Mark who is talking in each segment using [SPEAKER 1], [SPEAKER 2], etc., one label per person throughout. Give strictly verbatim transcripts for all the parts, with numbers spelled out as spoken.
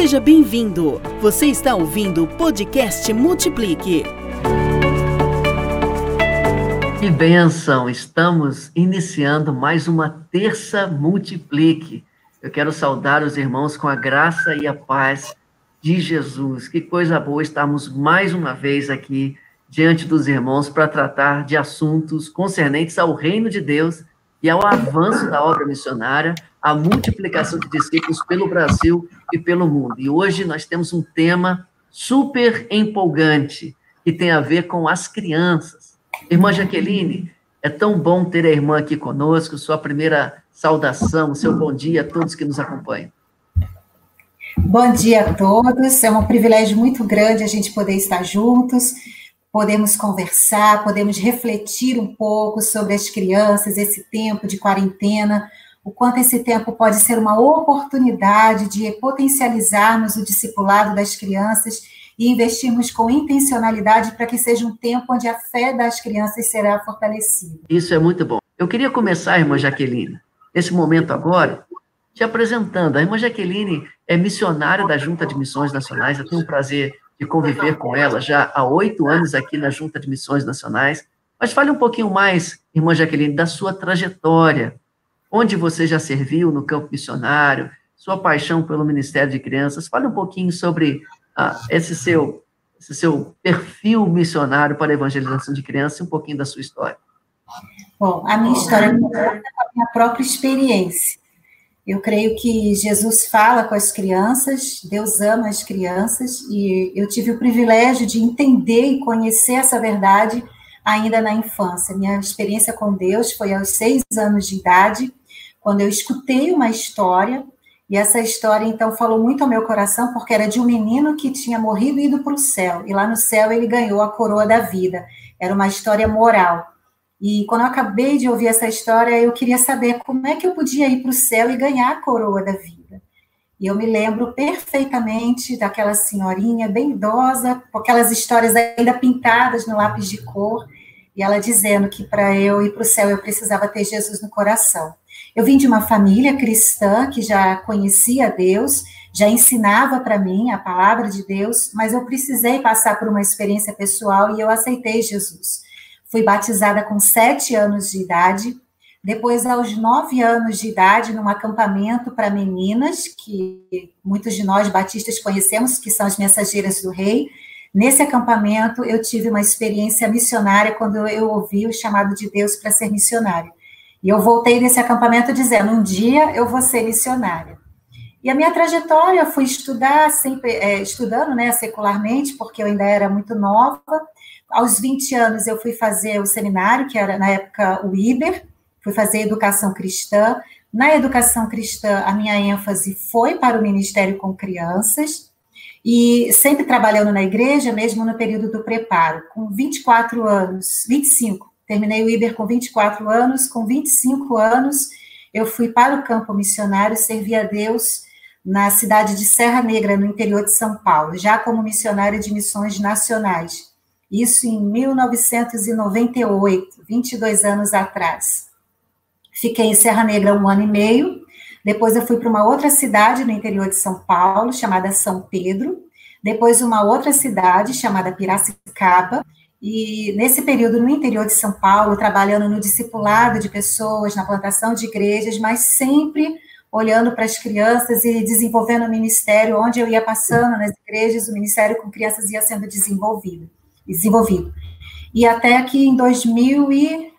[SPEAKER 1] Seja bem-vindo. Você está ouvindo o podcast Multiplique.
[SPEAKER 2] Que bênção! Estamos iniciando mais uma terça Multiplique. Eu quero saudar os irmãos com a graça e a paz de Jesus. Que coisa boa estarmos mais uma vez aqui diante dos irmãos para tratar de assuntos concernentes ao reino de Deus e ao avanço da obra missionária, a multiplicação de discípulos pelo Brasil e pelo mundo. E hoje nós temos um tema super empolgante, que tem a ver com as crianças. Irmã Jaqueline, é tão bom ter a irmã aqui conosco, sua primeira saudação, seu bom dia a todos que nos acompanham.
[SPEAKER 3] Bom dia a todos, é um privilégio muito grande a gente poder estar juntos, podemos conversar, podemos refletir um pouco sobre as crianças, esse tempo de quarentena, o quanto esse tempo pode ser uma oportunidade de potencializarmos o discipulado das crianças e investirmos com intencionalidade para que seja um tempo onde a fé das crianças será fortalecida.
[SPEAKER 2] Isso é muito bom. Eu queria começar, irmã Jaqueline, nesse momento agora, te apresentando. A irmã Jaqueline é missionária da Junta de Missões Nacionais, eu tenho o prazer de conviver com ela já há oito anos aqui na Junta de Missões Nacionais. Mas fale um pouquinho mais, irmã Jaqueline, da sua trajetória, onde você já serviu no campo missionário, sua paixão pelo Ministério de Crianças. Fale um pouquinho sobre ah, esse, seu, esse seu perfil missionário para a evangelização de crianças e um pouquinho da sua história.
[SPEAKER 3] Bom, a minha história começa com a minha própria experiência. Eu creio que Jesus fala com as crianças, Deus ama as crianças, e eu tive o privilégio de entender e conhecer essa verdade ainda na infância. Minha experiência com Deus foi aos seis anos de idade, quando eu escutei uma história, e essa história, então, falou muito ao meu coração, porque era de um menino que tinha morrido e ido para o céu, e lá no céu ele ganhou a coroa da vida. Era uma história moral. E quando eu acabei de ouvir essa história, eu queria saber como é que eu podia ir para o céu e ganhar a coroa da vida. E eu me lembro perfeitamente daquela senhorinha bem idosa, com aquelas histórias ainda pintadas no lápis de cor, e ela dizendo que para eu ir para o céu eu precisava ter Jesus no coração. Eu vim de uma família cristã que já conhecia Deus, já ensinava para mim a palavra de Deus, mas eu precisei passar por uma experiência pessoal e eu aceitei Jesus. Fui batizada com sete anos de idade, depois aos nove anos de idade, num acampamento para meninas, que muitos de nós batistas conhecemos, que são as mensageiras do rei. Nesse acampamento, eu tive uma experiência missionária, quando eu ouvi o chamado de Deus para ser missionária. E eu voltei desse acampamento dizendo, um dia eu vou ser missionária. E a minha trajetória, eu fui estudar, sempre é, estudando, né, secularmente, porque eu ainda era muito nova. Aos vinte anos, eu fui fazer o seminário, que era, na época, o Iber, fui fazer educação cristã. Na educação cristã, a minha ênfase foi para o ministério com crianças, e sempre trabalhando na igreja, mesmo no período do preparo. Com vinte e quatro anos, vinte e cinco, terminei o Iber com vinte e quatro anos, com vinte e cinco anos, eu fui para o campo missionário, servi a Deus na cidade de Serra Negra, no interior de São Paulo, já como missionária de missões nacionais. Isso em mil novecentos e noventa e oito, vinte e dois anos atrás. Fiquei em Serra Negra um ano e meio, depois eu fui para uma outra cidade no interior de São Paulo, chamada São Pedro, depois uma outra cidade chamada Piracicaba, e nesse período no interior de São Paulo, trabalhando no discipulado de pessoas, na plantação de igrejas, mas sempre olhando para as crianças e desenvolvendo o ministério, onde eu ia passando nas igrejas, o ministério com crianças ia sendo desenvolvido. desenvolvido. E até que em dois mil e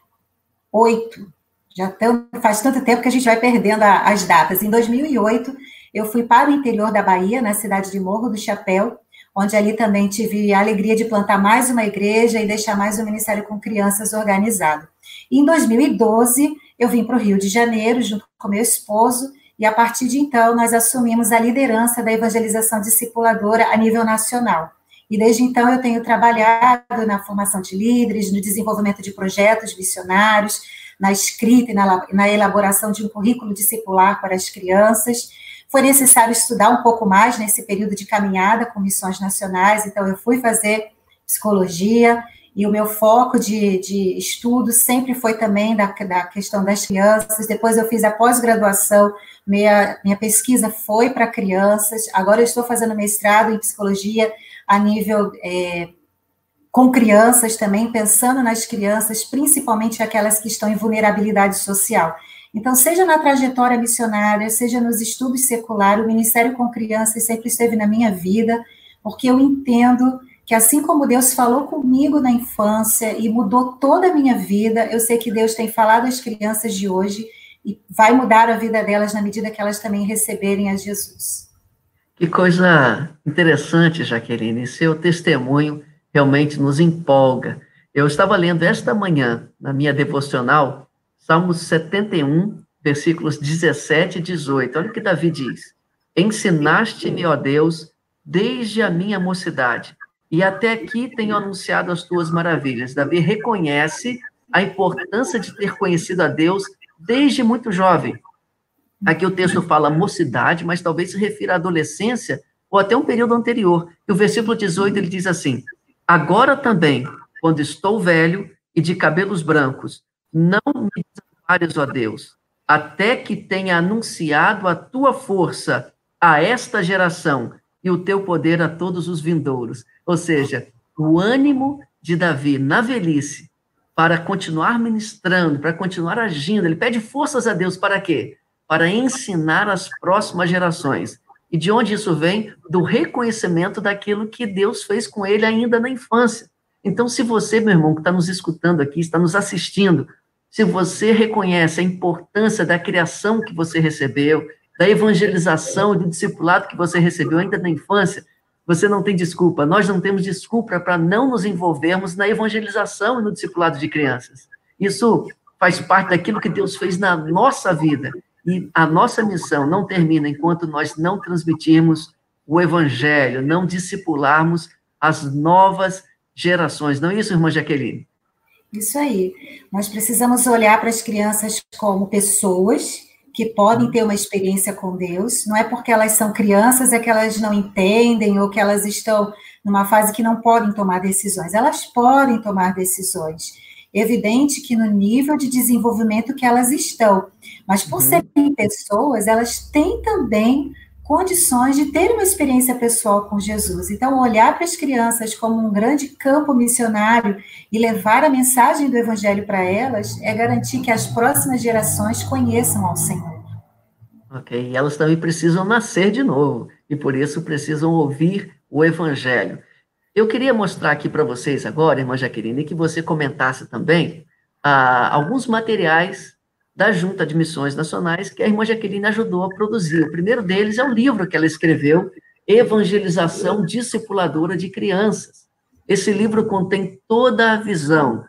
[SPEAKER 3] oito, já tão, faz tanto tempo que a gente vai perdendo a, as datas, em dois mil e oito, eu fui para o interior da Bahia, na cidade de Morro do Chapéu, onde ali também tive a alegria de plantar mais uma igreja e deixar mais um ministério com crianças organizado. E em dois mil e doze, eu vim para o Rio de Janeiro, junto com meu esposo, e a partir de então, nós assumimos a liderança da evangelização discipuladora a nível nacional. E desde então eu tenho trabalhado na formação de líderes, no desenvolvimento de projetos missionários, na escrita e na, na elaboração de um currículo discipular para as crianças. Foi necessário estudar um pouco mais nesse período de caminhada com missões nacionais, então eu fui fazer psicologia, e o meu foco de, de estudo sempre foi também da, da questão das crianças. Depois eu fiz a pós-graduação, minha, minha pesquisa foi para crianças, agora eu estou fazendo mestrado em psicologia a nível é, com crianças também, pensando nas crianças, principalmente aquelas que estão em vulnerabilidade social. Então, seja na trajetória missionária, seja nos estudos seculares, o Ministério com Crianças sempre esteve na minha vida, porque eu entendo que assim como Deus falou comigo na infância e mudou toda a minha vida, eu sei que Deus tem falado às crianças de hoje e vai mudar a vida delas na medida que elas também receberem a Jesus.
[SPEAKER 2] Que coisa interessante, Jaqueline, seu testemunho realmente nos empolga. Eu estava lendo esta manhã, na minha devocional, Salmos setenta e um, versículos dezessete e dezoito. Olha o que Davi diz. Ensinaste-me, ó Deus, desde a minha mocidade, e até aqui tenho anunciado as tuas maravilhas. Davi reconhece a importância de ter conhecido a Deus desde muito jovem. Aqui o texto fala mocidade, mas talvez se refira à adolescência ou até um período anterior. E o versículo dezoito, ele diz assim, agora também, quando estou velho e de cabelos brancos, não me desampares, ó Deus, até que tenha anunciado a tua força a esta geração e o teu poder a todos os vindouros. Ou seja, o ânimo de Davi na velhice para continuar ministrando, para continuar agindo, ele pede forças a Deus para quê? Para ensinar as próximas gerações. E de onde isso vem? Do reconhecimento daquilo que Deus fez com ele ainda na infância. Então, se você, meu irmão, que está nos escutando aqui, está nos assistindo, se você reconhece a importância da criação que você recebeu, da evangelização e do discipulado que você recebeu ainda na infância, você não tem desculpa. Nós não temos desculpa para não nos envolvermos na evangelização e no discipulado de crianças. Isso faz parte daquilo que Deus fez na nossa vida. E a nossa missão não termina enquanto nós não transmitirmos o evangelho, não discipularmos as novas gerações. Não é isso, irmã Jaqueline?
[SPEAKER 3] Isso aí. Nós precisamos olhar para as crianças como pessoas que podem ter uma experiência com Deus. Não é porque elas são crianças é que elas não entendem ou que elas estão numa fase que não podem tomar decisões. Elas podem tomar decisões. É evidente que no nível de desenvolvimento que elas estão. Mas por uhum. serem pessoas, elas têm também condições de ter uma experiência pessoal com Jesus. Então, olhar para as crianças como um grande campo missionário e levar a mensagem do Evangelho para elas é garantir que as próximas gerações conheçam ao Senhor.
[SPEAKER 2] Ok, e elas também precisam nascer de novo, e por isso precisam ouvir o Evangelho. Eu queria mostrar aqui para vocês agora, irmã Jaqueline, que você comentasse também ah, alguns materiais da Junta de Missões Nacionais que a irmã Jaqueline ajudou a produzir. O primeiro deles é o livro que ela escreveu, Evangelização Discipuladora de Crianças. Esse livro contém toda a visão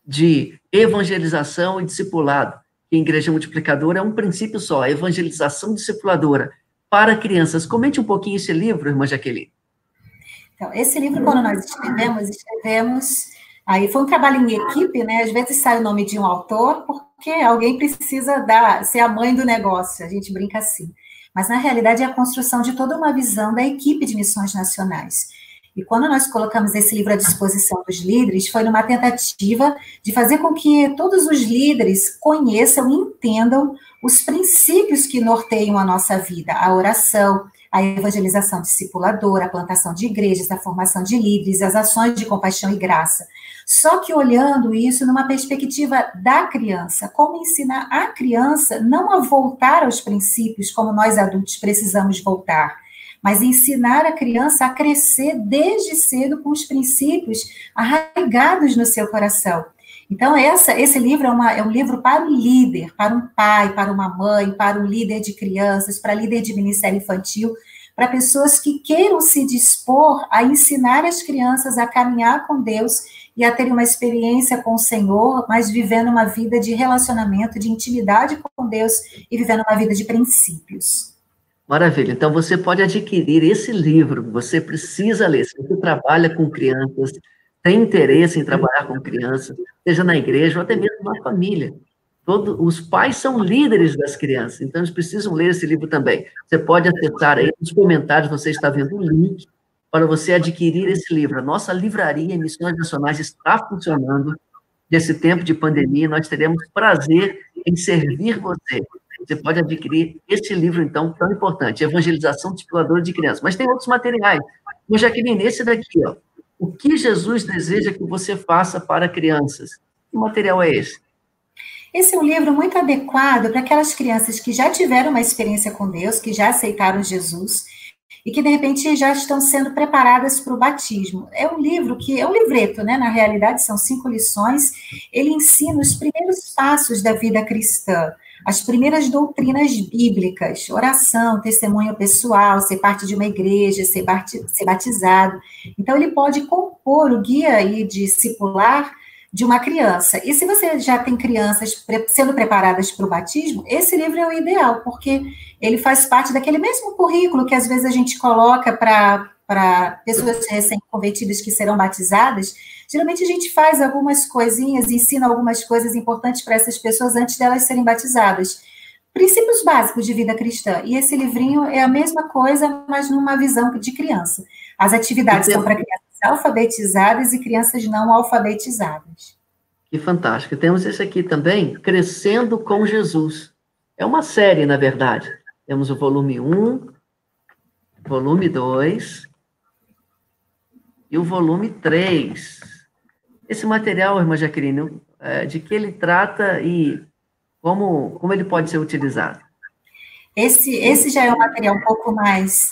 [SPEAKER 2] de evangelização e discipulado, que a Igreja Multiplicadora é um princípio só, a evangelização discipuladora para crianças. Comente um pouquinho esse livro, irmã Jaqueline.
[SPEAKER 3] Então, esse livro, quando nós escrevemos, escrevemos... Aí foi um trabalho em equipe, né? Às vezes sai o nome de um autor, porque alguém precisa dar, ser a mãe do negócio, a gente brinca assim. Mas, na realidade, é a construção de toda uma visão da equipe de missões nacionais. E quando nós colocamos esse livro à disposição dos líderes, foi numa tentativa de fazer com que todos os líderes conheçam e entendam os princípios que norteiam a nossa vida, a oração, a evangelização discipuladora, a plantação de igrejas, a formação de líderes, as ações de compaixão e graça. Só que olhando isso numa perspectiva da criança, como ensinar a criança não a voltar aos princípios como nós adultos precisamos voltar, mas ensinar a criança a crescer desde cedo com os princípios arraigados no seu coração. Então, essa, esse livro é, uma, é um livro para o líder, para um pai, para uma mãe, para um líder de crianças, para líder de ministério infantil, para pessoas que queiram se dispor a ensinar as crianças a caminhar com Deus e a ter uma experiência com o Senhor, mas vivendo uma vida de relacionamento, de intimidade com Deus e vivendo uma vida de princípios.
[SPEAKER 2] Maravilha. Então, você pode adquirir esse livro, você precisa ler. Se você trabalha com crianças, tem interesse em trabalhar com crianças, seja na igreja ou até mesmo na família. Todo, os pais são líderes das crianças, então eles precisam ler esse livro também. Você pode acessar aí nos comentários, você está vendo o link para você adquirir esse livro. A nossa livraria Missões Nacionais está funcionando. Nesse tempo de pandemia, nós teremos prazer em servir você. Você pode adquirir esse livro, então, tão importante, Evangelização Discipuladora de Crianças. Mas tem outros materiais. Como Jaqueline, esse daqui, ó. O que Jesus deseja que você faça para crianças? Que material é esse?
[SPEAKER 3] Esse é um livro muito adequado para aquelas crianças que já tiveram uma experiência com Deus, que já aceitaram Jesus e que, de repente, já estão sendo preparadas para o batismo. É um livro que, é um livreto, né? Na realidade, são cinco lições. Ele ensina os primeiros passos da vida cristã, as primeiras doutrinas bíblicas, oração, testemunho pessoal, ser parte de uma igreja, ser batizado. Então, ele pode compor o guia aí discipular de uma criança. E se você já tem crianças sendo preparadas para o batismo, esse livro é o ideal, porque ele faz parte daquele mesmo currículo que às vezes a gente coloca para para pessoas recém-convertidas que serão batizadas. Geralmente a gente faz algumas coisinhas, ensina algumas coisas importantes para essas pessoas antes delas serem batizadas. Princípios básicos de vida cristã. E esse livrinho é a mesma coisa, mas numa visão de criança. As atividades são para crianças alfabetizadas e crianças não alfabetizadas.
[SPEAKER 2] Que fantástico. Temos esse aqui também, Crescendo com Jesus. É uma série, na verdade. Temos o volume um, volume dois e o volume três. Esse material, irmã Jaqueline, é, de que ele trata e como, como ele pode ser utilizado?
[SPEAKER 3] Esse, esse já é um material um pouco mais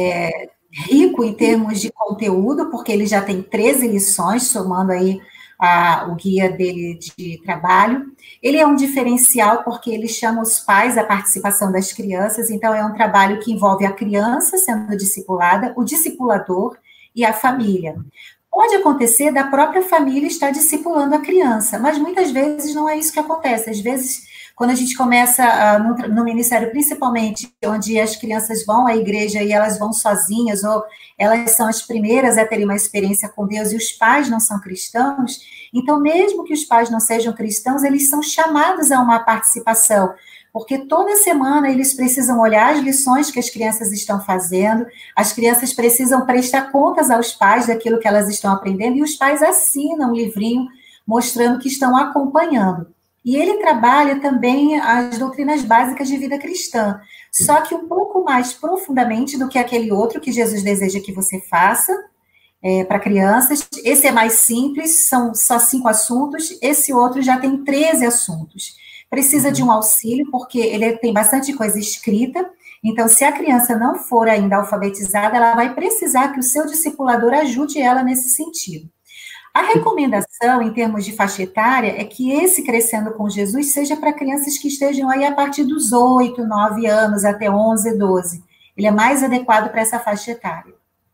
[SPEAKER 3] é, rico em termos de conteúdo, porque ele já tem treze lições, somando aí a, o guia dele de trabalho. Ele é um diferencial porque ele chama os pais à participação das crianças, então é um trabalho que envolve a criança sendo discipulada, o discipulador e a família. Pode acontecer da própria família estar discipulando a criança, mas muitas vezes não é isso que acontece. Às vezes, quando a gente começa uh, no, no ministério, principalmente, onde as crianças vão à igreja e elas vão sozinhas, ou elas são as primeiras a terem uma experiência com Deus e os pais não são cristãos, então, mesmo que os pais não sejam cristãos, eles são chamados a uma participação, porque toda semana eles precisam olhar as lições que as crianças estão fazendo, as crianças precisam prestar contas aos pais daquilo que elas estão aprendendo, e os pais assinam um livrinho mostrando que estão acompanhando. E ele trabalha também as doutrinas básicas de vida cristã, só que um pouco mais profundamente do que aquele outro que Jesus deseja que você faça é, para crianças. Esse é mais simples, são só cinco assuntos, esse outro já tem treze assuntos. Precisa de um auxílio, porque ele tem bastante coisa escrita, então se a criança não for ainda alfabetizada, ela vai precisar que o seu discipulador ajude ela nesse sentido. A recomendação, em termos de faixa etária, é que esse Crescendo com Jesus seja para crianças que estejam aí a partir dos oito, nove anos, até onze, doze. Ele é mais adequado para essa faixa etária.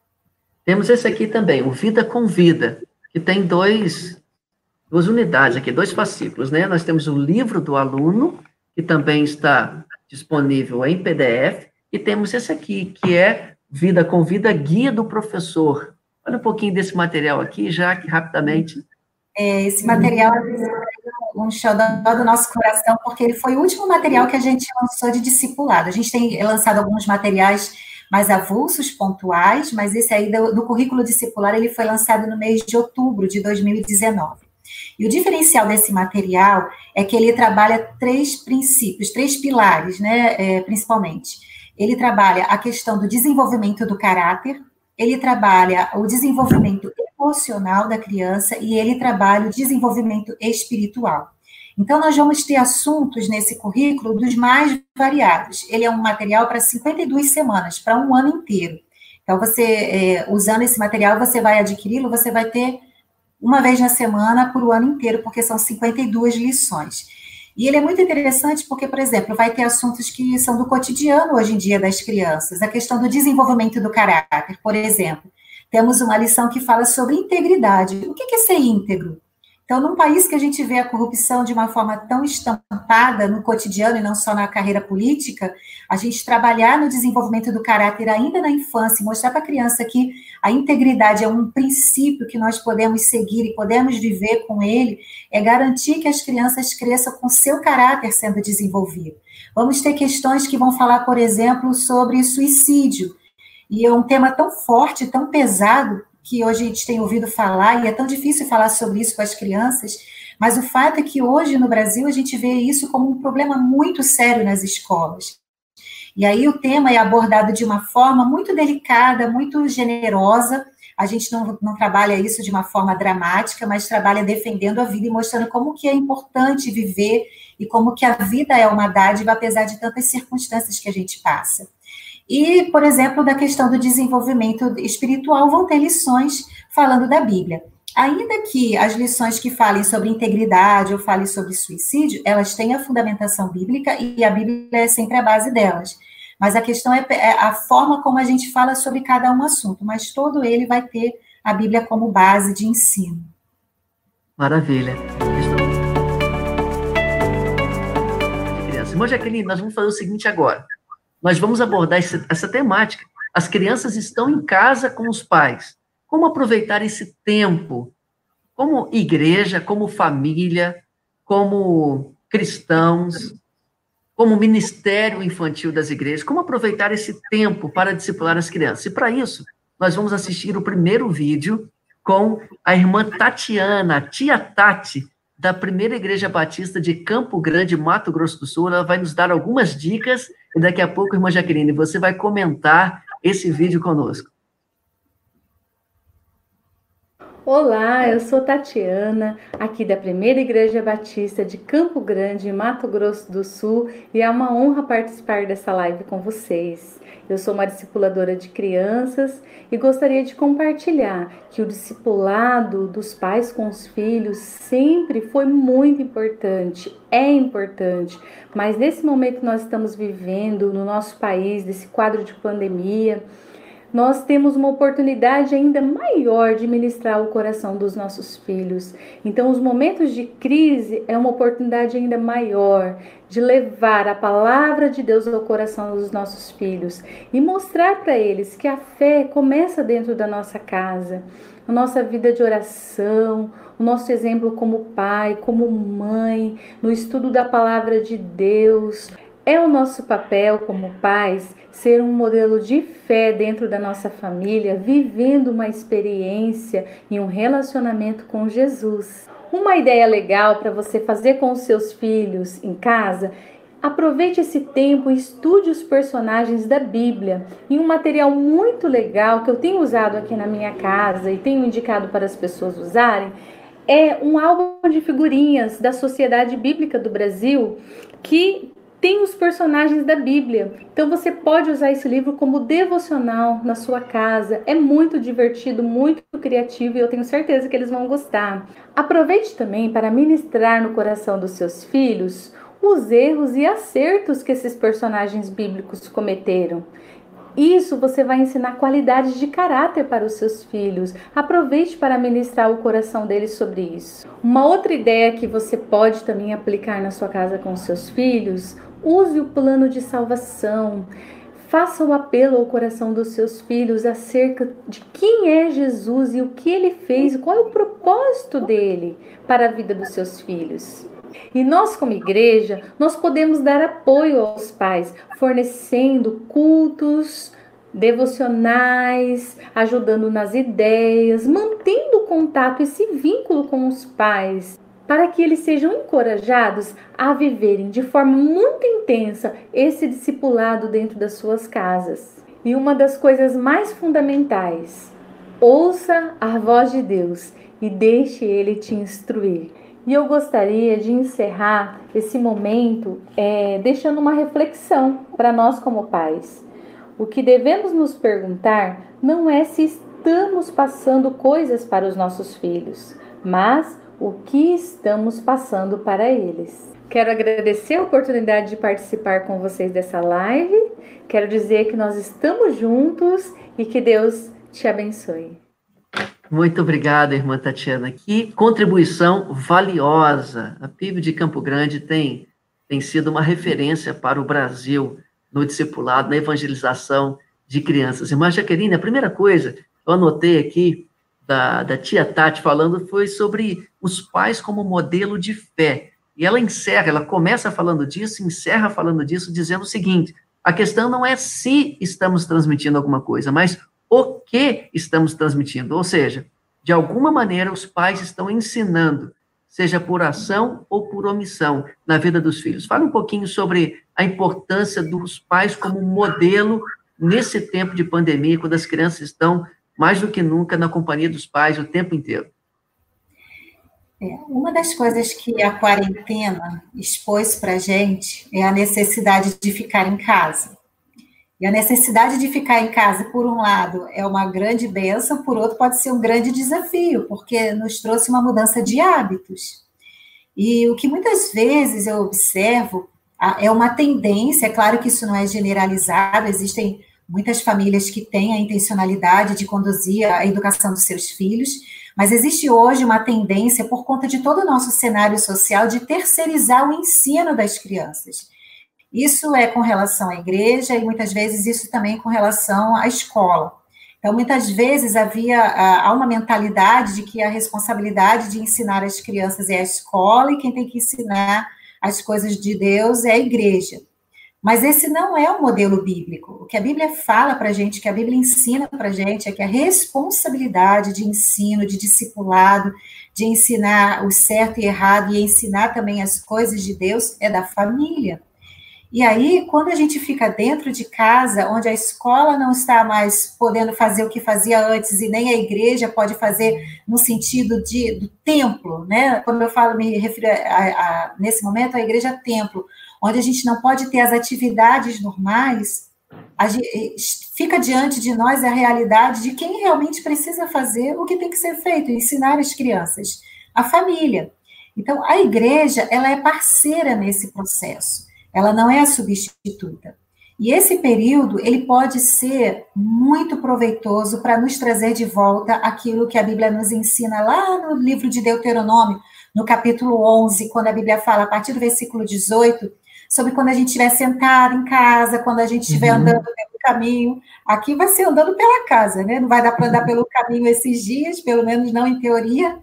[SPEAKER 2] Temos esse aqui também, o Vida com Vida, que tem dois, duas unidades aqui, dois fascículos, né? Nós temos o livro do aluno, que também está disponível em P D F, e temos esse aqui, que é Vida com Vida, Guia do Professor. Olha um pouquinho desse material aqui, já que rapidamente.
[SPEAKER 3] É, esse material é um xodó do nosso coração, porque ele foi o último material que a gente lançou de discipulado. A gente tem lançado alguns materiais mais avulsos, pontuais, mas esse aí do, do currículo discipular, ele foi lançado no mês de outubro de dois mil e dezenove. E o diferencial desse material é que ele trabalha três princípios, três pilares, né, é, principalmente. Ele trabalha a questão do desenvolvimento do caráter, ele trabalha o desenvolvimento emocional da criança e ele trabalha o desenvolvimento espiritual. Então, nós vamos ter assuntos nesse currículo dos mais variados. Ele é um material para cinquenta e duas semanas, para um ano inteiro. Então, você, é, usando esse material, você vai adquiri-lo, você vai ter uma vez na semana por o ano inteiro, porque são cinquenta e duas lições. E ele é muito interessante porque, por exemplo, vai ter assuntos que são do cotidiano hoje em dia das crianças, a questão do desenvolvimento do caráter, por exemplo. Temos uma lição que fala sobre integridade. O que é ser íntegro? Então, num país que a gente vê a corrupção de uma forma tão estampada no cotidiano e não só na carreira política, a gente trabalhar no desenvolvimento do caráter ainda na infância, mostrar para a criança que a integridade é um princípio que nós podemos seguir e podemos viver com ele, é garantir que as crianças cresçam com seu caráter sendo desenvolvido. Vamos ter questões que vão falar, por exemplo, sobre suicídio. E é um tema tão forte, tão pesado, que hoje a gente tem ouvido falar, e é tão difícil falar sobre isso com as crianças, mas o fato é que hoje no Brasil a gente vê isso como um problema muito sério nas escolas. E aí o tema é abordado de uma forma muito delicada, muito generosa. A gente não, não trabalha isso de uma forma dramática, mas trabalha defendendo a vida e mostrando como que é importante viver e como que a vida é uma dádiva, apesar de tantas circunstâncias que a gente passa. E, por exemplo, da questão do desenvolvimento espiritual, vão ter lições falando da Bíblia. Ainda que as lições que falem sobre integridade ou falem sobre suicídio, elas têm a fundamentação bíblica e a Bíblia é sempre a base delas. Mas a questão é a forma como a gente fala sobre cada um assunto, mas todo ele vai ter a Bíblia como base de ensino.
[SPEAKER 2] Maravilha. Irmã Jaqueline, nós vamos fazer o seguinte agora. Nós vamos abordar essa, essa temática. As crianças estão em casa com os pais. Como aproveitar esse tempo? Como igreja, como família, como cristãos, como ministério infantil das igrejas, como aproveitar esse tempo para discipular as crianças? E para isso, nós vamos assistir o primeiro vídeo com a irmã Tatiana, a tia Tati, da Primeira Igreja Batista de Campo Grande, Mato Grosso do Sul. Ela vai nos dar algumas dicas e daqui a pouco, irmã Jaqueline, você vai comentar esse vídeo conosco.
[SPEAKER 4] Olá, eu sou Tatiana, aqui da Primeira Igreja Batista de Campo Grande, Mato Grosso do Sul, e é uma honra participar dessa live com vocês. Eu sou uma discipuladora de crianças e gostaria de compartilhar que o discipulado dos pais com os filhos sempre foi muito importante, é importante, mas nesse momento que nós estamos vivendo no nosso país, desse quadro de pandemia, nós temos uma oportunidade ainda maior de ministrar o coração dos nossos filhos. Então, os momentos de crise é uma oportunidade ainda maior de levar a palavra de Deus ao coração dos nossos filhos e mostrar para eles que a fé começa dentro da nossa casa, a nossa vida de oração, o nosso exemplo como pai, como mãe, no estudo da palavra de Deus. É o nosso papel como pais ser um modelo de fé dentro da nossa família, vivendo uma experiência e um relacionamento com Jesus. Uma ideia legal para você fazer com os seus filhos em casa: aproveite esse tempo e estude os personagens da Bíblia. E um material muito legal que eu tenho usado aqui na minha casa e tenho indicado para as pessoas usarem é um álbum de figurinhas da Sociedade Bíblica do Brasil que tem os personagens da Bíblia. Então você pode usar esse livro como devocional na sua casa. É muito divertido, muito criativo e eu tenho certeza que eles vão gostar. Aproveite também para ministrar no coração dos seus filhos os erros e acertos que esses personagens bíblicos cometeram. Isso você vai ensinar qualidades de caráter para os seus filhos. Aproveite para ministrar o coração deles sobre isso. Uma outra ideia que você pode também aplicar na sua casa com os seus filhos: use o plano de salvação. Faça o apelo ao coração dos seus filhos acerca de quem é Jesus e o que ele fez, qual é o propósito dele para a vida dos seus filhos. E nós, como igreja, nós podemos dar apoio aos pais, fornecendo cultos, devocionais, ajudando nas ideias, mantendo contato, esse vínculo com os pais, para que eles sejam encorajados a viverem de forma muito intensa esse discipulado dentro das suas casas. E uma das coisas mais fundamentais: ouça a voz de Deus e deixe Ele te instruir. E eu gostaria de encerrar esse momento é, deixando uma reflexão para nós como pais. O que devemos nos perguntar não é se estamos passando coisas para os nossos filhos, mas o que estamos passando para eles. Quero agradecer a oportunidade de participar com vocês dessa live. Quero dizer que nós estamos juntos e que Deus te abençoe.
[SPEAKER 2] Muito obrigado, irmã Tatiana. Que contribuição valiosa. A P I B de Campo Grande tem, tem sido uma referência para o Brasil no discipulado, na evangelização de crianças. Irmã Jaqueline, a primeira coisa que eu anotei aqui da, da tia Tati falando foi sobre os pais como modelo de fé. E ela encerra, ela começa falando disso, encerra falando disso, dizendo o seguinte: A questão não é se estamos transmitindo alguma coisa, mas o que estamos transmitindo. Ou seja, de alguma maneira os pais estão ensinando, seja por ação ou por omissão, na vida dos filhos. Fala um pouquinho sobre a importância dos pais como modelo nesse tempo de pandemia, quando as crianças estão, mais do que nunca, na companhia dos pais o tempo inteiro.
[SPEAKER 3] É, uma das coisas que a quarentena expôs para a gente é a necessidade de ficar em casa. E a necessidade de ficar em casa, por um lado, é uma grande bênção, por outro, pode ser um grande desafio, porque nos trouxe uma mudança de hábitos. E o que muitas vezes eu observo é uma tendência, é claro que isso não é generalizado, existem muitas famílias que têm a intencionalidade de conduzir a educação dos seus filhos, mas existe hoje uma tendência, por conta de todo o nosso cenário social, de terceirizar o ensino das crianças. Isso é com relação à igreja e muitas vezes isso também com relação à escola. Então, muitas vezes havia há uma mentalidade de que a responsabilidade de ensinar as crianças é a escola e quem tem que ensinar as coisas de Deus é a igreja. Mas esse não é o modelo bíblico. O que a Bíblia fala para a gente, o que a Bíblia ensina para a gente é que a responsabilidade de ensino, de discipulado, de ensinar o certo e errado e ensinar também as coisas de Deus é da família. E aí, quando a gente fica dentro de casa, onde a escola não está mais podendo fazer o que fazia antes, e nem a igreja pode fazer no sentido de, do templo, né? Quando eu falo, me refiro a, a, nesse momento, a igreja templo, onde a gente não pode ter as atividades normais, a gente, fica diante de nós a realidade de quem realmente precisa fazer o que tem que ser feito, ensinar as crianças, a família. Então, a igreja, ela é parceira nesse processo. Ela não é a substituta. E esse período, ele pode ser muito proveitoso para nos trazer de volta aquilo que a Bíblia nos ensina lá no livro de Deuteronômio, no capítulo onze, quando a Bíblia fala, a partir do versículo dezoito, sobre quando a gente estiver sentado em casa, quando a gente estiver uhum. andando pelo caminho. Aqui vai ser andando pela casa, né? Não vai dar para andar pelo caminho esses dias, pelo menos não em teoria,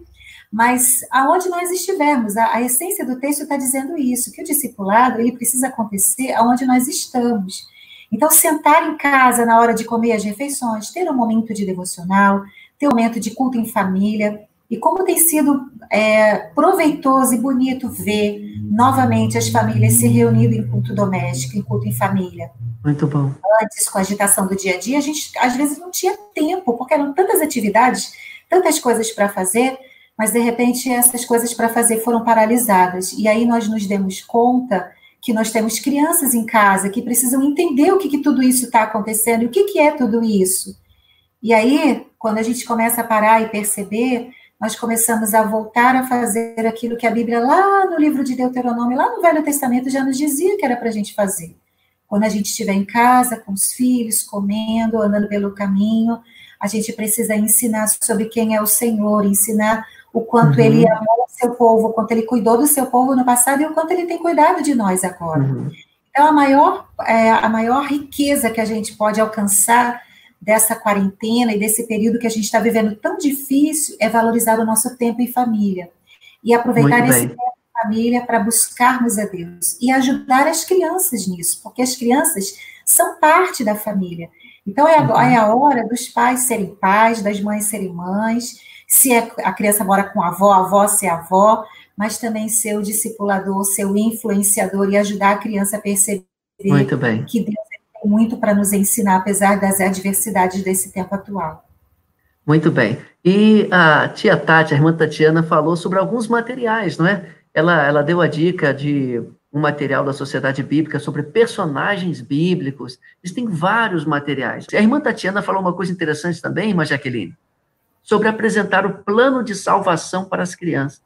[SPEAKER 3] mas aonde nós estivermos, a, a essência do texto está dizendo isso, que o discipulado, ele precisa acontecer aonde nós estamos. Então, sentar em casa na hora de comer as refeições, ter um momento de devocional, ter um momento de culto em família, e como tem sido é, proveitoso e bonito ver novamente as famílias se reunindo em culto doméstico, em culto em família.
[SPEAKER 2] Muito bom.
[SPEAKER 3] Antes, com a agitação do dia a dia, a gente às vezes não tinha tempo, porque eram tantas atividades, tantas coisas para fazer, mas, de repente, essas coisas para fazer foram paralisadas. E aí nós nos demos conta que nós temos crianças em casa que precisam entender o que, que tudo isso está acontecendo, e o que, que é tudo isso. E aí, quando a gente começa a parar e perceber, nós começamos a voltar a fazer aquilo que a Bíblia, lá no livro de Deuteronômio, lá no Velho Testamento, já nos dizia que era para a gente fazer. Quando a gente estiver em casa, com os filhos, comendo, andando pelo caminho, a gente precisa ensinar sobre quem é o Senhor, ensinar o quanto uhum. ele amou o seu povo, o quanto ele cuidou do seu povo no passado e o quanto ele tem cuidado de nós agora. Uhum. Então, a maior, é, a maior riqueza que a gente pode alcançar dessa quarentena e desse período que a gente está vivendo tão difícil é valorizar o nosso tempo em família. E aproveitar esse tempo em família para buscarmos a Deus. E ajudar as crianças nisso, porque as crianças são parte da família. Então, é a, uhum. é a hora dos pais serem pais, das mães serem mães. Se a criança mora com a avó, a avó ser avó, mas também ser o discipulador, ser o influenciador e ajudar a criança a perceber
[SPEAKER 2] muito bem.
[SPEAKER 3] Que Deus tem muito para nos ensinar, apesar das adversidades desse tempo atual.
[SPEAKER 2] Muito bem. E a tia Tati, a irmã Tatiana, falou sobre alguns materiais, não é? Ela, ela deu a dica de um material da Sociedade Bíblica sobre personagens bíblicos. Existem vários materiais. A irmã Tatiana falou uma coisa interessante também, irmã Jaqueline, sobre apresentar o plano de salvação para as crianças.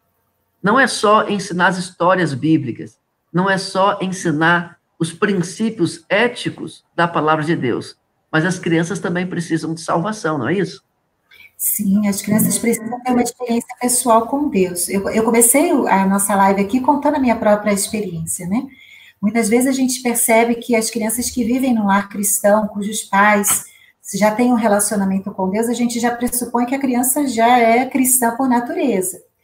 [SPEAKER 2] Não é só ensinar as histórias bíblicas, não é só ensinar os princípios éticos da palavra de Deus, mas as crianças também precisam de salvação, não é isso?
[SPEAKER 3] Sim, as crianças precisam ter uma experiência pessoal com Deus. Eu, eu comecei a nossa live aqui contando a minha própria experiência, né? Muitas vezes a gente percebe que as crianças que vivem num lar cristão, cujos pais já têm um relacionamento com Deus, a gente já pressupõe que a criança já é cristã por natureza.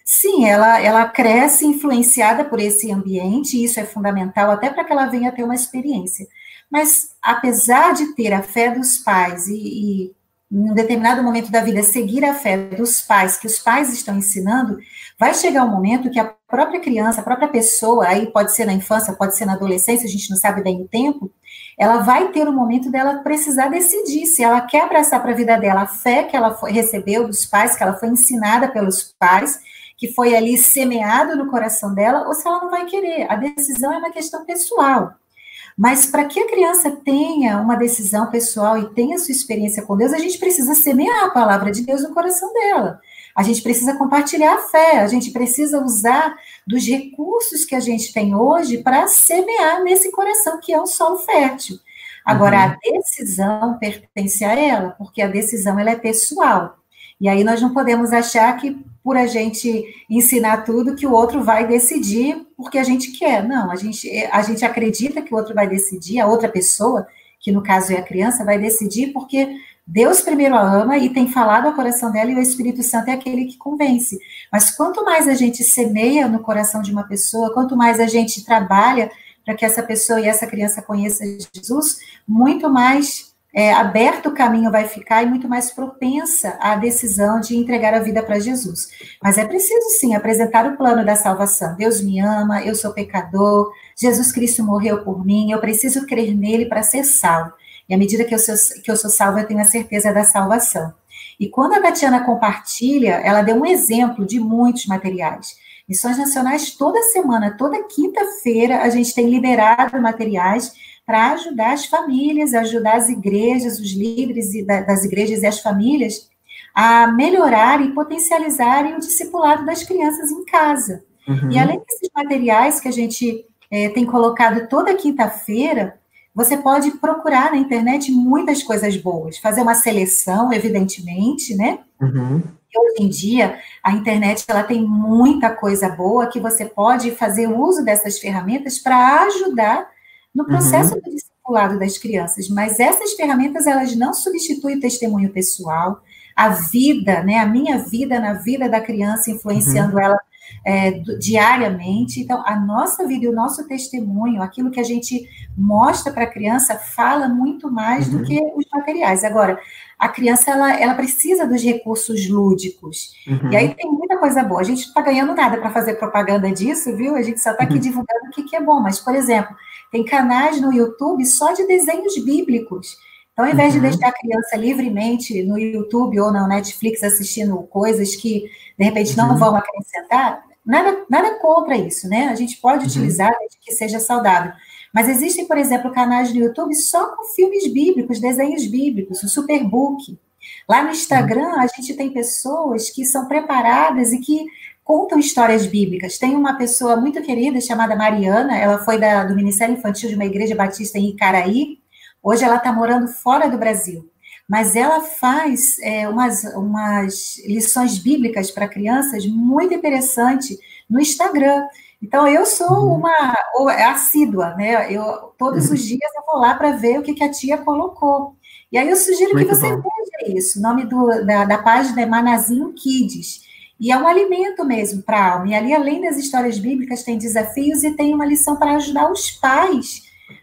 [SPEAKER 3] sim, ela, ela cresce influenciada por esse ambiente, e isso é fundamental até para que ela venha ter uma experiência. Mas, apesar de ter a fé dos pais e, e, em um determinado momento da vida, seguir a fé dos pais, que os pais estão ensinando, vai chegar um momento que a própria criança, a própria pessoa, aí pode ser na infância, pode ser na adolescência, a gente não sabe bem o tempo, ela vai ter um momento dela precisar decidir se ela quer abraçar para a vida dela a fé que ela foi, recebeu dos pais, que ela foi ensinada pelos pais, que foi ali semeado no coração dela, ou se ela não vai querer. A decisão é uma questão pessoal. Mas para que a criança tenha uma decisão pessoal e tenha sua experiência com Deus, a gente precisa semear a palavra de Deus no coração dela. A gente precisa compartilhar a fé, a gente precisa usar dos recursos que a gente tem hoje para semear nesse coração, que é um solo fértil. Agora, uhum. a decisão pertence a ela, porque a decisão ela é pessoal. E aí nós não podemos achar que por a gente ensinar tudo que o outro vai decidir porque a gente quer. Não, a gente, a gente acredita que o outro vai decidir, a outra pessoa, que no caso é a criança, vai decidir porque Deus primeiro a ama e tem falado ao coração dela, e o Espírito Santo é aquele que convence. Mas quanto mais a gente semeia no coração de uma pessoa, quanto mais a gente trabalha para que essa pessoa e essa criança conheça Jesus, muito mais é, aberto o caminho vai ficar e muito mais propensa à decisão de entregar a vida para Jesus. Mas é preciso, sim, apresentar o plano da salvação. Deus me ama, eu sou pecador, Jesus Cristo morreu por mim, eu preciso crer nele para ser salvo. E à medida que eu, sou, que eu sou salva, eu tenho a certeza da salvação. E quando a Tatiana compartilha, ela deu um exemplo de muitos materiais. Missões Nacionais, toda semana, toda quinta-feira, a gente tem liberado materiais para ajudar as famílias, ajudar as igrejas, os líderes das igrejas e as famílias a melhorar e potencializarem o discipulado das crianças em casa. Uhum. E além desses materiais que a gente é, tem colocado toda quinta-feira, você pode procurar na internet muitas coisas boas, fazer uma seleção, evidentemente, né? Uhum. E hoje em dia, a internet ela tem muita coisa boa que você pode fazer uso dessas ferramentas para ajudar no processo uhum. do discipulado das crianças. Mas essas ferramentas, elas não substituem o testemunho pessoal, a vida, né? A minha vida na vida da criança, influenciando uhum. ela É, diariamente. Então, a nossa vida e o nosso testemunho, aquilo que a gente mostra para a criança, fala muito mais uhum. do que os materiais. Agora, a criança, ela, ela precisa dos recursos lúdicos. Uhum. E aí tem muita coisa boa. A gente não está ganhando nada para fazer propaganda disso, viu? A gente só está aqui uhum. divulgando o que, que é bom. Mas, por exemplo, tem canais no YouTube só de desenhos bíblicos. Então, ao invés uhum. de deixar a criança livremente no YouTube ou na Netflix assistindo coisas que, de repente, não uhum. vão acrescentar, nada, nada contra isso, né? A gente pode uhum. utilizar desde que seja saudável. Mas existem, por exemplo, canais no YouTube só com filmes bíblicos, desenhos bíblicos, o Superbook. Lá no Instagram, uhum. a gente tem pessoas que são preparadas e que contam histórias bíblicas. Tem uma pessoa muito querida chamada Mariana, ela foi da, do Ministério Infantil de uma igreja batista em Icaraí. Hoje ela está morando fora do Brasil, mas ela faz é, umas, umas lições bíblicas para crianças muito interessante no Instagram. Então, eu sou uma assídua, né? Eu, todos os dias eu vou lá para ver o que, que a tia colocou. E aí eu sugiro muito que você bom. veja isso. O nome do, da, da página é Manazinho Kids. E é um alimento mesmo para a alma. E ali, além das histórias bíblicas, tem desafios e tem uma lição para ajudar os pais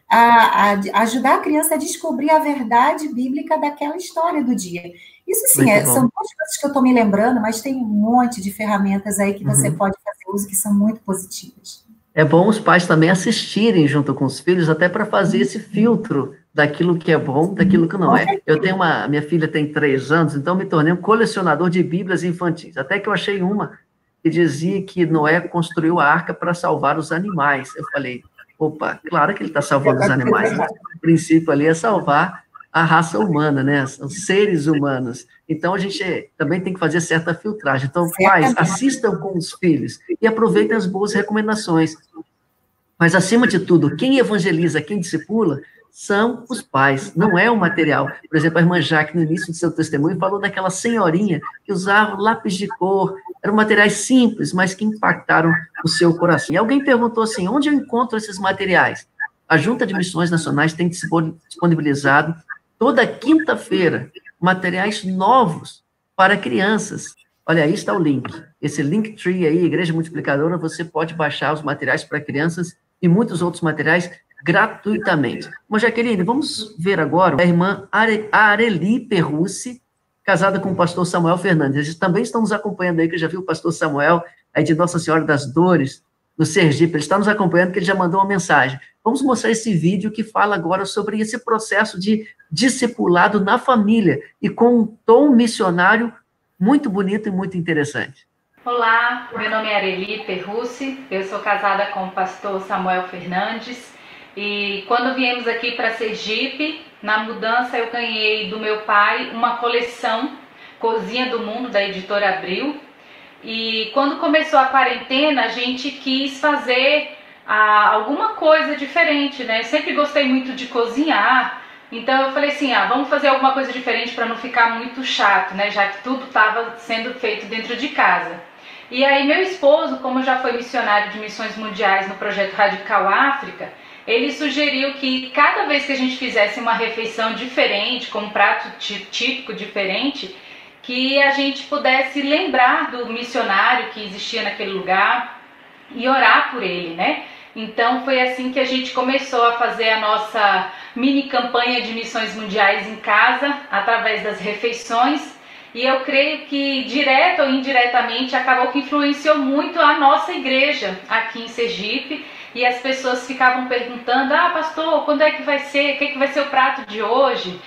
[SPEAKER 3] A, a ajudar a criança a descobrir a verdade bíblica daquela história do dia. Isso sim, é, são duas coisas que eu estou me lembrando, mas tem um monte de ferramentas aí que você uhum. pode fazer uso que são muito positivas.
[SPEAKER 2] É bom os pais também assistirem junto com os filhos, até para fazer esse filtro daquilo que é bom, daquilo que não é. Eu tenho uma, minha filha tem três anos, então me tornei um colecionador de bíblias infantis, até que eu achei uma que dizia que Noé construiu a arca para salvar os animais. Eu falei, opa, claro que ele está salvando os animais, mas o princípio ali é salvar a raça humana, né, os seres humanos. Então, a gente também tem que fazer certa filtragem. Então, pais, assistam com os filhos e aproveitem as boas recomendações. Mas, acima de tudo, quem evangeliza, quem discipula, são os pais, não é o material. Por exemplo, a irmã Jaque, no início do seu testemunho, falou daquela senhorinha que usava lápis de cor, eram materiais simples, mas que impactaram o seu coração. E alguém perguntou assim, onde eu encontro esses materiais? A Junta de Missões Nacionais tem disponibilizado, toda quinta-feira, materiais novos para crianças. Olha, aí está o link. esse Linktree aí, Igreja Multiplicadora, você pode baixar os materiais para crianças e muitos outros materiais gratuitamente. Mas, Jaqueline, vamos ver agora a irmã Are, Areli Perrucci, casada com o pastor Samuel Fernandes. Eles também estão nos acompanhando aí, que eu já vi o pastor Samuel, aí de Nossa Senhora das Dores, no Sergipe. Ele está nos acompanhando, que ele já mandou uma mensagem. Vamos mostrar esse vídeo que fala agora sobre esse processo de discipulado na família e com um tom missionário muito bonito e muito interessante.
[SPEAKER 5] Olá, meu nome é Areli Perrucci, eu sou casada com o pastor Samuel Fernandes e quando viemos aqui para Sergipe, na mudança eu ganhei do meu pai uma coleção Cozinha do Mundo, da editora Abril, e quando começou a quarentena a gente quis fazer ah, alguma coisa diferente, né? Sempre gostei muito de cozinhar, então eu falei assim, ah, vamos fazer alguma coisa diferente para não ficar muito chato, né? Já que tudo estava sendo feito dentro de casa. E aí meu esposo, como já foi missionário de missões mundiais no projeto Radical África, ele sugeriu que cada vez que a gente fizesse uma refeição diferente, com um prato típico diferente, que a gente pudesse lembrar do missionário que existia naquele lugar e orar por ele, né? Então foi assim que a gente começou a fazer a nossa mini campanha de missões mundiais em casa, através das refeições. E eu creio que, direto ou indiretamente, acabou que influenciou muito a nossa igreja aqui em Sergipe. E as pessoas ficavam perguntando, ah, pastor, quando é que vai ser? O que, é que vai ser o prato de hoje?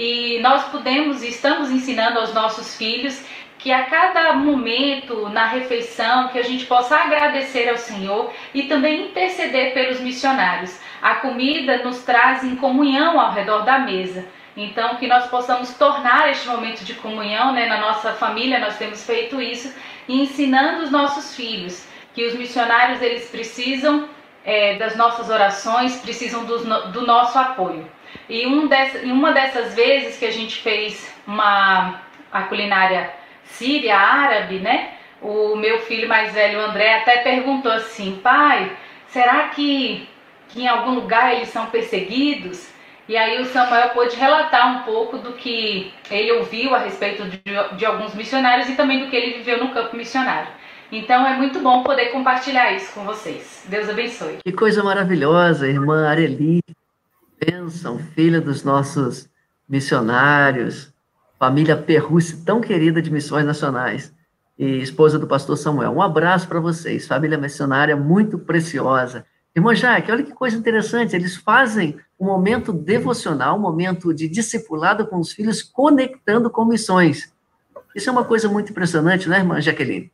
[SPEAKER 5] E nós podemos e estamos ensinando aos nossos filhos que a cada momento na refeição, que a gente possa agradecer ao Senhor e também interceder pelos missionários. A comida nos traz em comunhão ao redor da mesa. Então, que nós possamos tornar este momento de comunhão, né? Na nossa família nós temos feito isso, e ensinando os nossos filhos que os missionários eles precisam é, das nossas orações, precisam do, do nosso apoio. E um dessa, em uma dessas vezes que a gente fez uma, a culinária síria, árabe, né? O meu filho mais velho, o André, até perguntou assim, pai, será que, que em algum lugar eles são perseguidos? E aí o Samuel pôde relatar um pouco do que ele ouviu a respeito de, de alguns missionários e também do que ele viveu no campo missionário. Então é muito bom poder compartilhar isso com vocês. Deus abençoe.
[SPEAKER 2] Que coisa maravilhosa, irmã Areli. Bênção, filha dos nossos missionários, família Perrucci, tão querida de Missões Nacionais, e esposa do pastor Samuel. Um abraço para vocês, família missionária muito preciosa. Irmã Jaque, olha que coisa interessante, eles fazem um momento devocional, um momento de discipulado com os filhos, conectando com missões. Isso é uma coisa muito impressionante, né, irmã Jaqueline?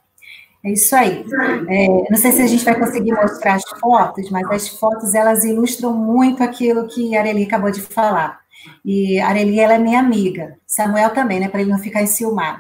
[SPEAKER 3] É isso aí. É, não sei se a gente vai conseguir mostrar as fotos, mas as fotos, elas ilustram muito aquilo que a Areli acabou de falar. E a Areli, ela é minha amiga. Samuel também, né, para ele não ficar enciumado.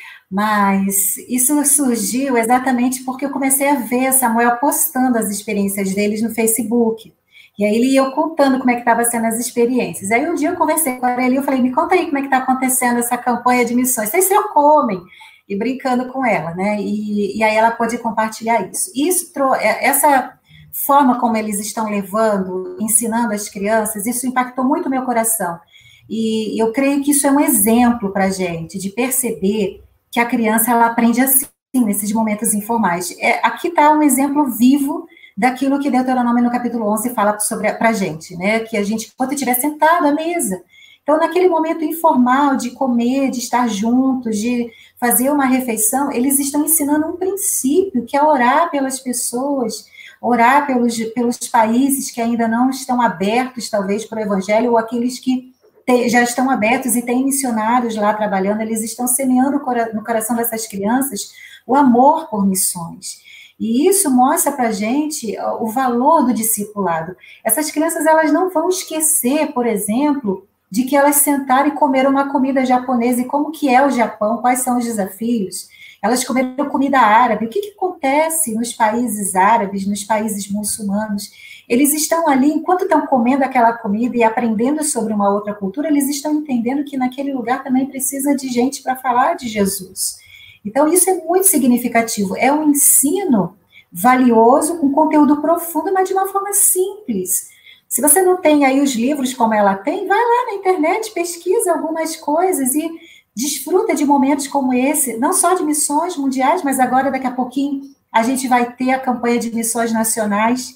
[SPEAKER 3] Mas isso surgiu exatamente porque eu comecei a ver Samuel postando as experiências deles no Facebook. E aí ele ia contando como é que estavam sendo as experiências. Aí um dia eu conversei com a Areli, eu falei, me conta aí como é que está acontecendo essa campanha de missões. Vocês se comem? E brincando com ela, né? E, e aí ela pôde compartilhar isso. Isso, essa forma como eles estão levando, ensinando as crianças, isso impactou muito o meu coração. E eu creio que isso é um exemplo para a gente, de perceber que a criança ela aprende assim, nesses momentos informais. É, aqui está um exemplo vivo daquilo que Deuteronômio no capítulo onze fala para a gente, né? Que a gente, quando estiver sentado à mesa, então naquele momento informal de comer, de estar juntos, de fazer uma refeição, eles estão ensinando um princípio, que é orar pelas pessoas, orar pelos, pelos países que ainda não estão abertos, talvez, para o evangelho, ou aqueles que te, já estão abertos e têm missionários lá trabalhando, eles estão semeando no coração dessas crianças o amor por missões. E isso mostra para a gente o valor do discipulado. Essas crianças, elas não vão esquecer, por exemplo, de que elas sentaram e comeram uma comida japonesa, e como que é o Japão, quais são os desafios. Elas comeram comida árabe. O que, que acontece nos países árabes, nos países muçulmanos? Eles estão ali, enquanto estão comendo aquela comida e aprendendo sobre uma outra cultura, eles estão entendendo que naquele lugar também precisa de gente para falar de Jesus. Então, isso é muito significativo. É um ensino valioso, com conteúdo profundo, mas de uma forma simples. Se você não tem aí os livros como ela tem, vai lá na internet, pesquisa algumas coisas e desfruta de momentos como esse, não só de missões mundiais, mas agora, daqui a pouquinho, a gente vai ter a campanha de missões nacionais.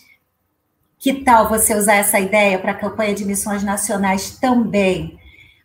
[SPEAKER 3] Que tal você usar essa ideia para a campanha de missões nacionais também?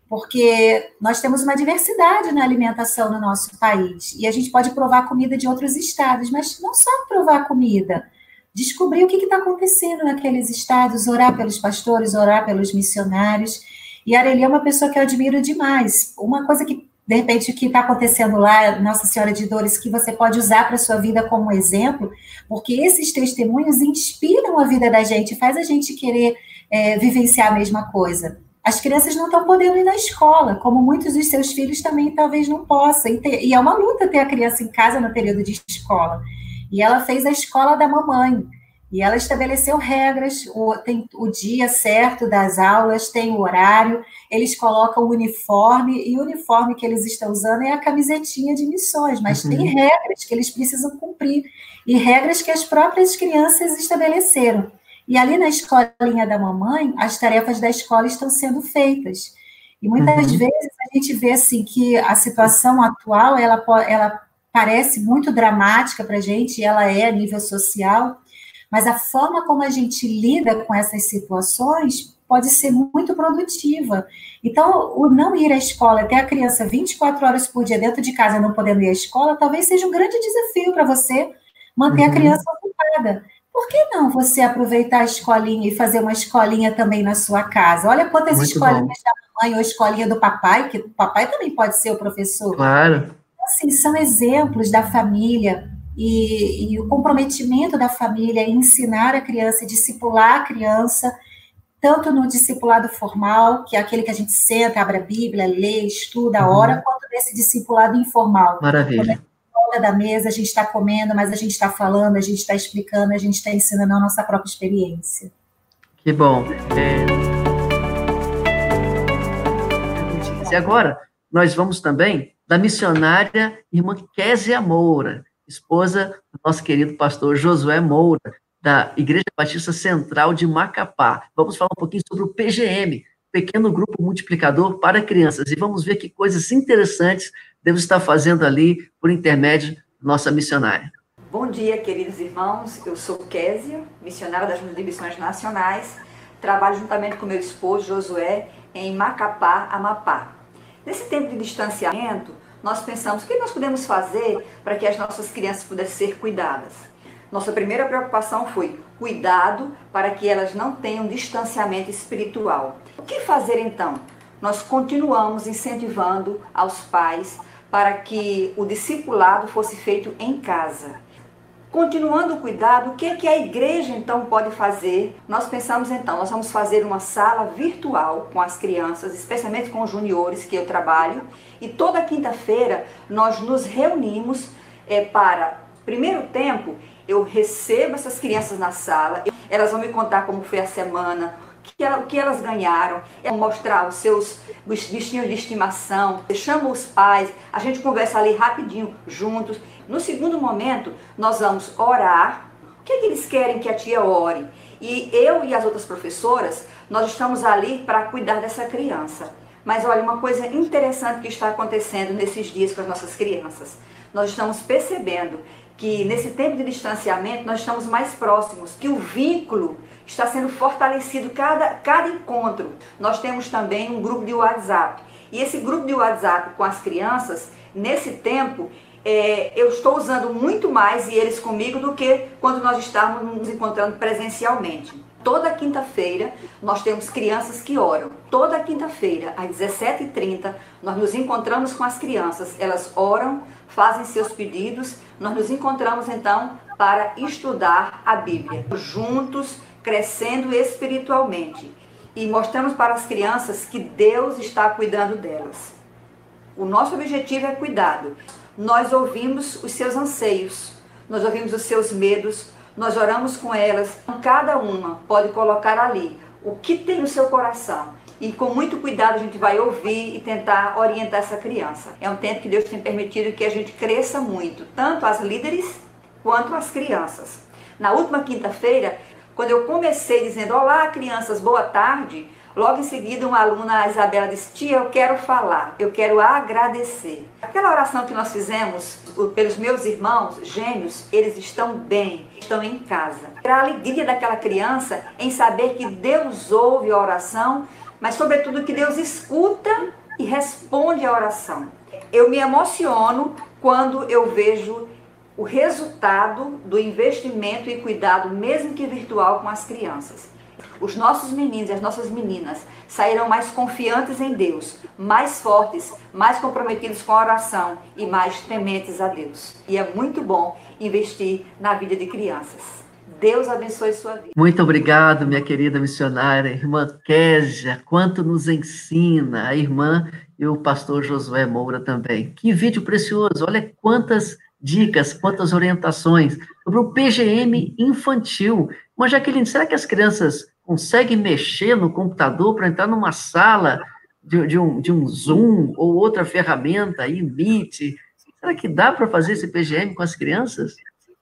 [SPEAKER 3] Porque nós temos uma diversidade na alimentação no nosso país, e a gente pode provar comida de outros estados, mas não só provar comida, descobrir o que está acontecendo naqueles estados, orar pelos pastores, orar pelos missionários. E a Areli é uma pessoa que eu admiro demais. Uma coisa que, de repente, o que está acontecendo lá, Nossa Senhora de Dores, que você pode usar para a sua vida como exemplo, porque esses testemunhos inspiram a vida da gente, faz a gente querer é, vivenciar a mesma coisa. As crianças não estão podendo ir na escola, como muitos dos seus filhos também talvez não possam. E, ter, e é uma luta ter a criança em casa no período de escola. E ela fez a escola da mamãe. E ela estabeleceu regras, o, tem o dia certo das aulas, tem o horário, eles colocam o uniforme, e o uniforme que eles estão usando é a camisetinha de missões, mas uhum. tem regras que eles precisam cumprir, e regras que as próprias crianças estabeleceram. E ali na escolinha da mamãe, as tarefas da escola estão sendo feitas. E muitas uhum. vezes a gente vê assim, que a situação atual, ela, ela parece muito dramática para a gente, e ela é a nível social, mas a forma como a gente lida com essas situações pode ser muito produtiva. Então, o não ir à escola, ter a criança vinte e quatro horas por dia dentro de casa não podendo ir à escola, talvez seja um grande desafio para você manter uhum. a criança ocupada. Por que não você aproveitar a escolinha e fazer uma escolinha também na sua casa? Olha quantas muito escolinhas bom. Da mamãe ou escolinha do papai, que o papai também pode ser o professor.
[SPEAKER 2] Claro.
[SPEAKER 3] Assim, são exemplos da família e, e o comprometimento da família em ensinar a criança, discipular a criança, tanto no discipulado formal, que é aquele que a gente senta, abre a Bíblia, lê, estuda, uhum. ora, quanto nesse discipulado informal.
[SPEAKER 2] Maravilha.
[SPEAKER 3] Da mesa, a gente está comendo, mas a gente está falando, a gente está explicando, a gente está ensinando a nossa própria experiência.
[SPEAKER 2] Que bom. É... E agora, nós vamos também da missionária irmã Késia Moura, esposa do nosso querido pastor Josué Moura, da Igreja Batista Central de Macapá. Vamos falar um pouquinho sobre o P G M, Pequeno Grupo Multiplicador para Crianças, e vamos ver que coisas interessantes devo estar fazendo ali por intermédio da nossa missionária.
[SPEAKER 6] Bom dia, queridos irmãos. Eu sou Késia, missionária das Missões Nacionais. Trabalho juntamente com meu esposo, Josué, em Macapá, Amapá. Nesse tempo de distanciamento, nós pensamos o que nós podemos fazer para que as nossas crianças pudessem ser cuidadas. Nossa primeira preocupação foi cuidado para que elas não tenham distanciamento espiritual. O que fazer então? Nós continuamos incentivando aos pais para que o discipulado fosse feito em casa. Continuando o cuidado, o que é que a igreja então pode fazer? Nós pensamos então, nós vamos fazer uma sala virtual com as crianças, especialmente com os juniores que eu trabalho, e toda quinta-feira nós nos reunimos é, para, primeiro tempo, eu recebo essas crianças na sala, elas vão me contar como foi a semana, o que elas ganharam, é mostrar os seus bichinhos de estimação, chama os pais, a gente conversa ali rapidinho, juntos. No segundo momento, nós vamos orar. O que é que eles querem que a tia ore? E eu e as outras professoras, nós estamos ali para cuidar dessa criança. Mas olha, uma coisa interessante que está acontecendo nesses dias com as nossas crianças. Nós estamos percebendo que nesse tempo de distanciamento, nós estamos mais próximos, que o vínculo está sendo fortalecido cada, cada encontro. Nós temos também um grupo de WhatsApp. E esse grupo de WhatsApp com as crianças, nesse tempo, é, eu estou usando muito mais e eles comigo do que quando nós estávamos nos encontrando presencialmente. Toda quinta-feira, nós temos crianças que oram. Toda quinta-feira, às dezessete e trinta, nós nos encontramos com as crianças. Elas oram, fazem seus pedidos. Nós nos encontramos, então, para estudar a Bíblia. Juntos, crescendo espiritualmente. E mostramos para as crianças que Deus está cuidando delas. O nosso objetivo é cuidado. Nós ouvimos os seus anseios, nós ouvimos os seus medos, nós oramos com elas. Cada uma pode colocar ali o que tem no seu coração. E com muito cuidado a gente vai ouvir e tentar orientar essa criança. É um tempo que Deus tem permitido que a gente cresça muito, tanto as líderes quanto as crianças. Na última quinta-feira, Quando eu comecei dizendo, olá, crianças, boa tarde, logo em seguida uma aluna, a Isabela, disse, tia, eu quero falar, eu quero agradecer. Aquela oração que nós fizemos pelos meus irmãos gêmeos, eles estão bem, estão em casa. A alegria daquela criança em saber que Deus ouve a oração, mas sobretudo que Deus escuta e responde a oração. Eu me emociono quando eu vejo o resultado do investimento e cuidado, mesmo que virtual, com as crianças. Os nossos meninos e as nossas meninas sairão mais confiantes em Deus, mais fortes, mais comprometidos com a oração e mais tementes a Deus. E é muito bom investir na vida de crianças. Deus abençoe sua vida.
[SPEAKER 2] Muito obrigado, minha querida missionária, irmã Késia, quanto nos ensina, a irmã e o pastor Josué Moura também. Que vídeo precioso, olha quantas dicas, quantas orientações sobre o P G M infantil. Mas, Jaqueline, será que as crianças conseguem mexer no computador para entrar numa sala de, de, um, de um Zoom ou outra ferramenta aí, Meet? Será que dá para fazer esse P G M com as crianças?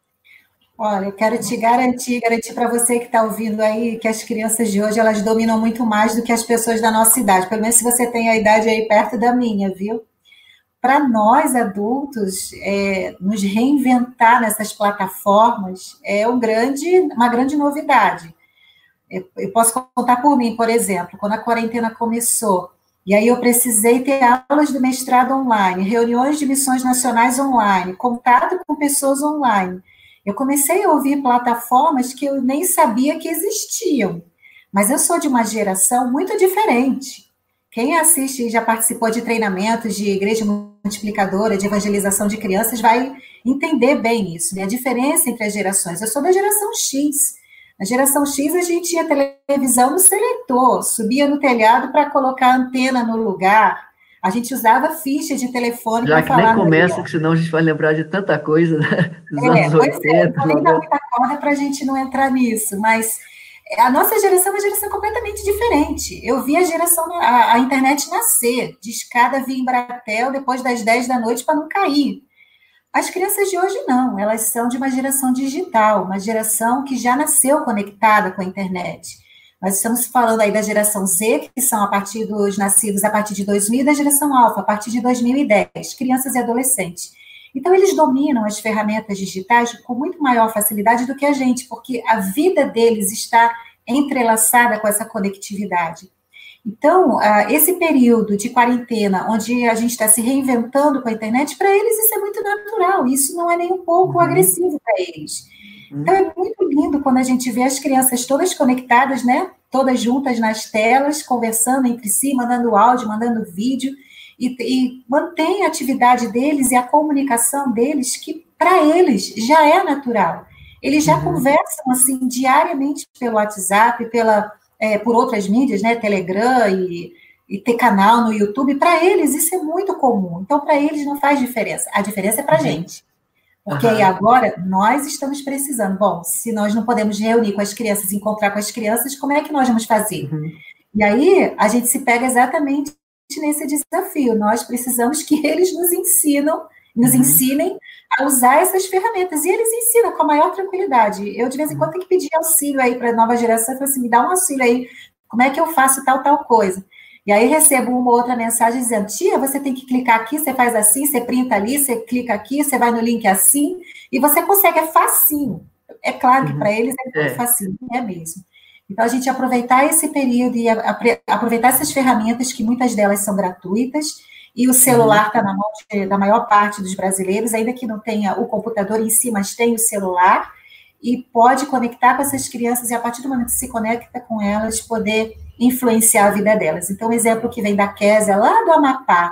[SPEAKER 3] Olha, eu quero te garantir, garantir para você que está ouvindo aí, que as crianças de hoje, elas dominam muito mais do que as pessoas da nossa idade, pelo menos se você tem a idade aí perto da minha, viu? Para nós, adultos, é, nos reinventar nessas plataformas é um grande, uma grande novidade. Eu, eu posso contar por mim, por exemplo, quando a quarentena começou, e aí eu precisei ter aulas do mestrado online, reuniões de missões nacionais online, contato com pessoas online. Eu comecei a ouvir plataformas que eu nem sabia que existiam, mas eu sou de uma geração muito diferente. Quem assiste e já participou de treinamentos de igreja multiplicadora, de evangelização de crianças, vai entender bem isso, né? A diferença entre as gerações. Eu sou da geração X. Na geração X, a gente tinha televisão no seletor, subia no telhado para colocar a antena no lugar. A gente usava ficha de telefone para falar.
[SPEAKER 2] Já que nem começa, que senão a gente vai lembrar de tanta coisa, né? Dos
[SPEAKER 3] é,
[SPEAKER 2] anos
[SPEAKER 3] pois
[SPEAKER 2] oitenta.
[SPEAKER 3] É, não vou nem dar muita corda para a gente não entrar nisso, mas a nossa geração é uma geração completamente diferente. Eu vi a geração, a, a internet nascer, de escada via Embratel depois das dez da noite para não cair. As crianças de hoje não, elas são de uma geração digital, uma geração que já nasceu conectada com a internet. Nós estamos falando aí da geração Z, que são a partir dos nascidos a partir de dois mil, e da geração Alfa, a partir de dois mil e dez, crianças e adolescentes. Então, eles dominam as ferramentas digitais com muito maior facilidade do que a gente, porque a vida deles está entrelaçada com essa conectividade. Então, esse período de quarentena, onde a gente está se reinventando com a internet, para eles isso é muito natural, isso não é nem um pouco uhum. agressivo para eles. Uhum. Então, é muito lindo quando a gente vê as crianças todas conectadas, né? Todas juntas nas telas, conversando entre si, mandando áudio, mandando vídeo, e, e mantém a atividade deles e a comunicação deles, que para eles já é natural. Eles já uhum. conversam assim diariamente pelo WhatsApp, pela, é, por outras mídias, né, Telegram e, e ter canal no YouTube. Para eles isso é muito comum. Então, para eles não faz diferença. A diferença é para a uhum. gente. Porque uhum. aí agora nós estamos precisando. Bom, se nós não podemos reunir com as crianças, encontrar com as crianças, como é que nós vamos fazer? Uhum. E aí a gente se pega exatamente nesse desafio. Nós precisamos que eles nos ensinam, nos uhum. ensinem a usar essas ferramentas. E eles ensinam com a maior tranquilidade. Eu, de vez em quando, tenho que pedir auxílio aí para a nova geração. Eu falo assim, me dá um auxílio aí. Como é que eu faço tal, tal coisa? E aí recebo uma outra mensagem dizendo, tia, você tem que clicar aqui, você faz assim, você printa ali, você clica aqui, você vai no link assim, e você consegue, é facinho. É claro que uhum. para eles é, é facinho, é mesmo. Então, a gente aproveitar esse período e aproveitar essas ferramentas, que muitas delas são gratuitas, e o celular está uhum. na mão de, da maior parte dos brasileiros, ainda que não tenha o computador em si, mas tem o celular, e pode conectar com essas crianças, e a partir do momento que se conecta com elas, poder influenciar a vida delas. Então, um exemplo que vem da Késia, lá do Amapá,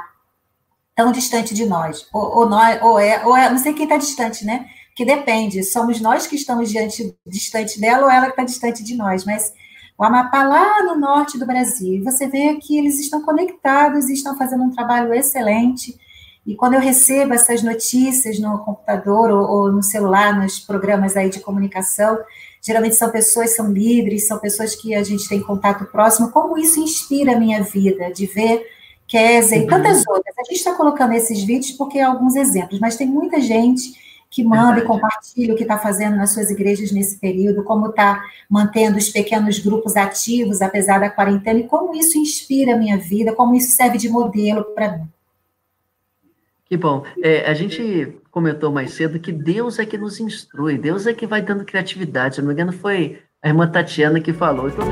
[SPEAKER 3] tão distante de nós, ou, ou, nós, ou, é, ou é, não sei quem está distante, né? Que depende, somos nós que estamos diante, distante dela, ou ela que está distante de nós, mas o Amapá lá no norte do Brasil, você vê que eles estão conectados e estão fazendo um trabalho excelente, e quando eu recebo essas notícias no computador ou, ou no celular, nos programas aí de comunicação, geralmente são pessoas, são líderes, são pessoas que a gente tem contato próximo, como isso inspira a minha vida, de ver Késia e tantas outras. A gente está colocando esses vídeos porque é alguns exemplos, mas tem muita gente que manda
[SPEAKER 2] Verdade.
[SPEAKER 3] e compartilha o que está fazendo nas suas igrejas nesse período, como está mantendo os pequenos grupos ativos, apesar da quarentena, e como isso inspira a minha vida, como isso serve de modelo para mim.
[SPEAKER 2] Que bom. É, a gente comentou mais cedo que Deus é que nos instrui, Deus é que vai dando criatividade. Se não me engano, foi a irmã Tatiana que falou. Então,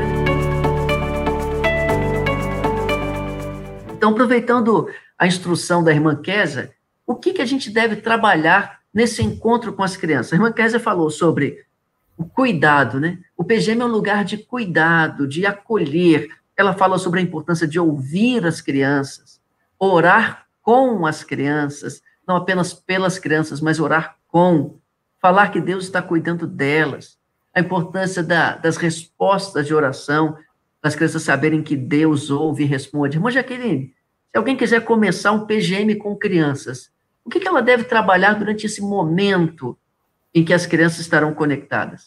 [SPEAKER 2] então aproveitando a instrução da irmã Kézia, o que, que a gente deve trabalhar nesse encontro com as crianças? A irmã Kézia falou sobre o cuidado, né? O P G M é um lugar de cuidado, de acolher. Ela fala sobre a importância de ouvir as crianças, orar com as crianças, não apenas pelas crianças, mas orar com, falar que Deus está cuidando delas, a importância da, das respostas de oração, das crianças saberem que Deus ouve e responde. Irmã Jaqueline, se alguém quiser começar um P G M com crianças, o que, que ela deve trabalhar durante esse momento em que as crianças estarão conectadas?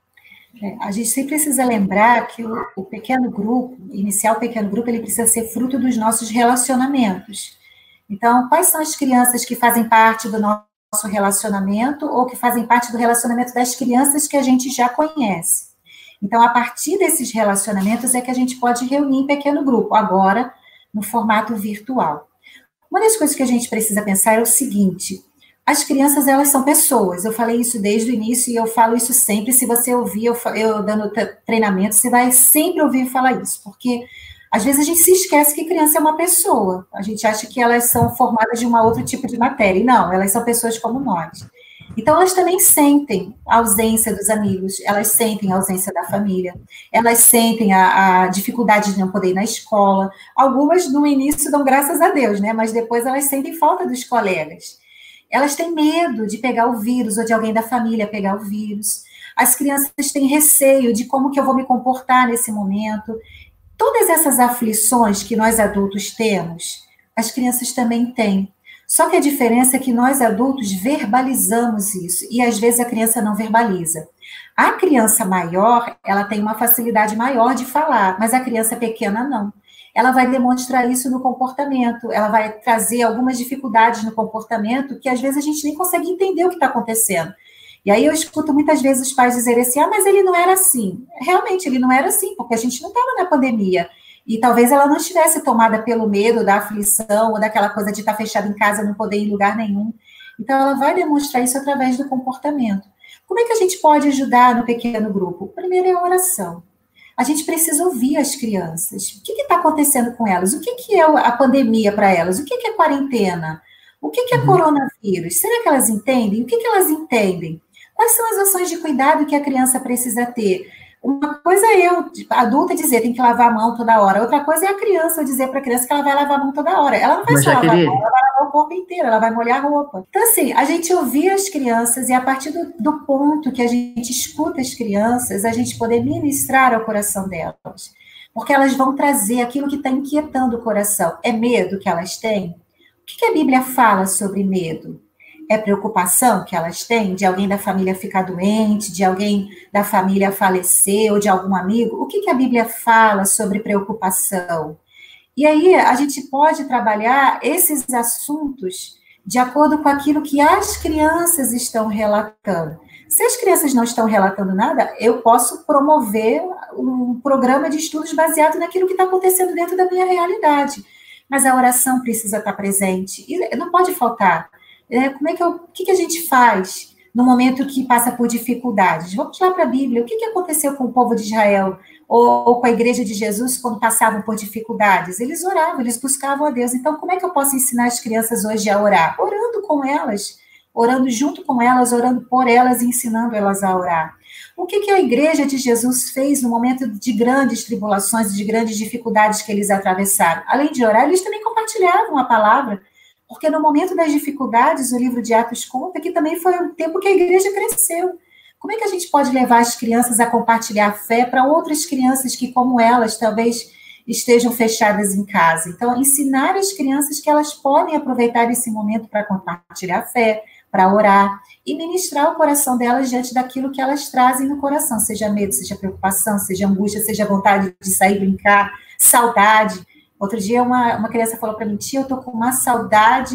[SPEAKER 3] É, a gente sempre precisa lembrar que o, o pequeno grupo, iniciar o pequeno grupo, ele precisa ser fruto dos nossos relacionamentos. Então, quais são as crianças que fazem parte do nosso relacionamento ou que fazem parte do relacionamento das crianças que a gente já conhece? Então, a partir desses relacionamentos é que a gente pode reunir em pequeno grupo, agora no formato virtual. Uma das coisas que a gente precisa pensar é o seguinte: as crianças, elas são pessoas. Eu falei isso desde o início e eu falo isso sempre. Se você ouvir eu, eu dando treinamento, você vai sempre ouvir falar isso, porque às vezes a gente se esquece que criança é uma pessoa. A gente acha que elas são formadas de um outro tipo de matéria. E não, elas são pessoas como nós. Então, elas também sentem a ausência dos amigos, elas sentem a ausência da família, elas sentem a, a dificuldade de não poder ir na escola. Algumas, no início, dão graças a Deus, né? Mas depois elas sentem falta dos colegas. Elas têm medo de pegar o vírus ou de alguém da família pegar o vírus. As crianças têm receio de como que eu vou me comportar nesse momento. Todas essas aflições que nós adultos temos, as crianças também têm. Só que a diferença é que nós adultos verbalizamos isso, e às vezes a criança não verbaliza. A criança maior, ela tem uma facilidade maior de falar, mas a criança pequena não. Ela vai demonstrar isso no comportamento, ela vai trazer algumas dificuldades no comportamento que às vezes a gente nem consegue entender o que está acontecendo. E aí eu escuto muitas vezes os pais dizerem assim, ah, mas ele não era assim. Realmente, ele não era assim, porque a gente não estava na pandemia. E talvez ela não estivesse tomada pelo medo da aflição ou daquela coisa de estar fechada em casa, não poder ir em lugar nenhum. Então, ela vai demonstrar isso através do comportamento. Como é que a gente pode ajudar no pequeno grupo? Primeiro é a oração. A gente precisa ouvir as crianças. O que está acontecendo com elas? O que, que é a pandemia para elas? O que, que é quarentena? O que, que é uhum. coronavírus? Será que elas entendem? O que, que elas entendem? Quais são as ações de cuidado que a criança precisa ter? Uma coisa é eu, adulta, dizer tem que lavar a mão toda hora. Outra coisa é a criança dizer para a criança que ela vai lavar a mão toda hora. Ela não vai
[SPEAKER 2] Mas
[SPEAKER 3] só lavar
[SPEAKER 2] queria...
[SPEAKER 3] a mão, ela vai lavar o corpo inteiro, ela vai molhar a roupa. Então, assim, a gente ouvir as crianças e a partir do, do ponto que a gente escuta as crianças, a gente poder ministrar ao coração delas. Porque elas vão trazer aquilo que está inquietando o coração. É medo que elas têm? O que, que a Bíblia fala sobre medo? É preocupação que elas têm de alguém da família ficar doente, de alguém da família falecer, ou de algum amigo? O que, que a Bíblia fala sobre preocupação? E aí a gente pode trabalhar esses assuntos de acordo com aquilo que as crianças estão relatando. Se as crianças não estão relatando nada, eu posso promover um programa de estudos baseado naquilo que está acontecendo dentro da minha realidade. Mas a oração precisa estar presente, e não pode faltar. Como é que eu, o que, que a gente faz no momento que passa por dificuldades? Vamos lá para a Bíblia. O que, que aconteceu com o povo de Israel ou, ou com a igreja de Jesus quando passavam por dificuldades? Eles oravam, eles buscavam a Deus. Então, como é que eu posso ensinar as crianças hoje a orar? Orando com elas, orando junto com elas, orando por elas e ensinando elas a orar. O que, que a igreja de Jesus fez no momento de grandes tribulações, de grandes dificuldades que eles atravessaram? Além de orar, eles também compartilhavam a palavra. Porque no momento das dificuldades, o livro de Atos conta que também foi um tempo que a igreja cresceu. Como é que a gente pode levar as crianças a compartilhar a fé para outras crianças que, como elas, talvez estejam fechadas em casa? Então, ensinar as crianças que elas podem aproveitar esse momento para compartilhar a fé, para orar e ministrar o coração delas diante daquilo que elas trazem no coração, seja medo, seja preocupação, seja angústia, seja vontade de sair brincar, saudade. Outro dia, uma, uma criança falou para mim, tia, eu estou com uma saudade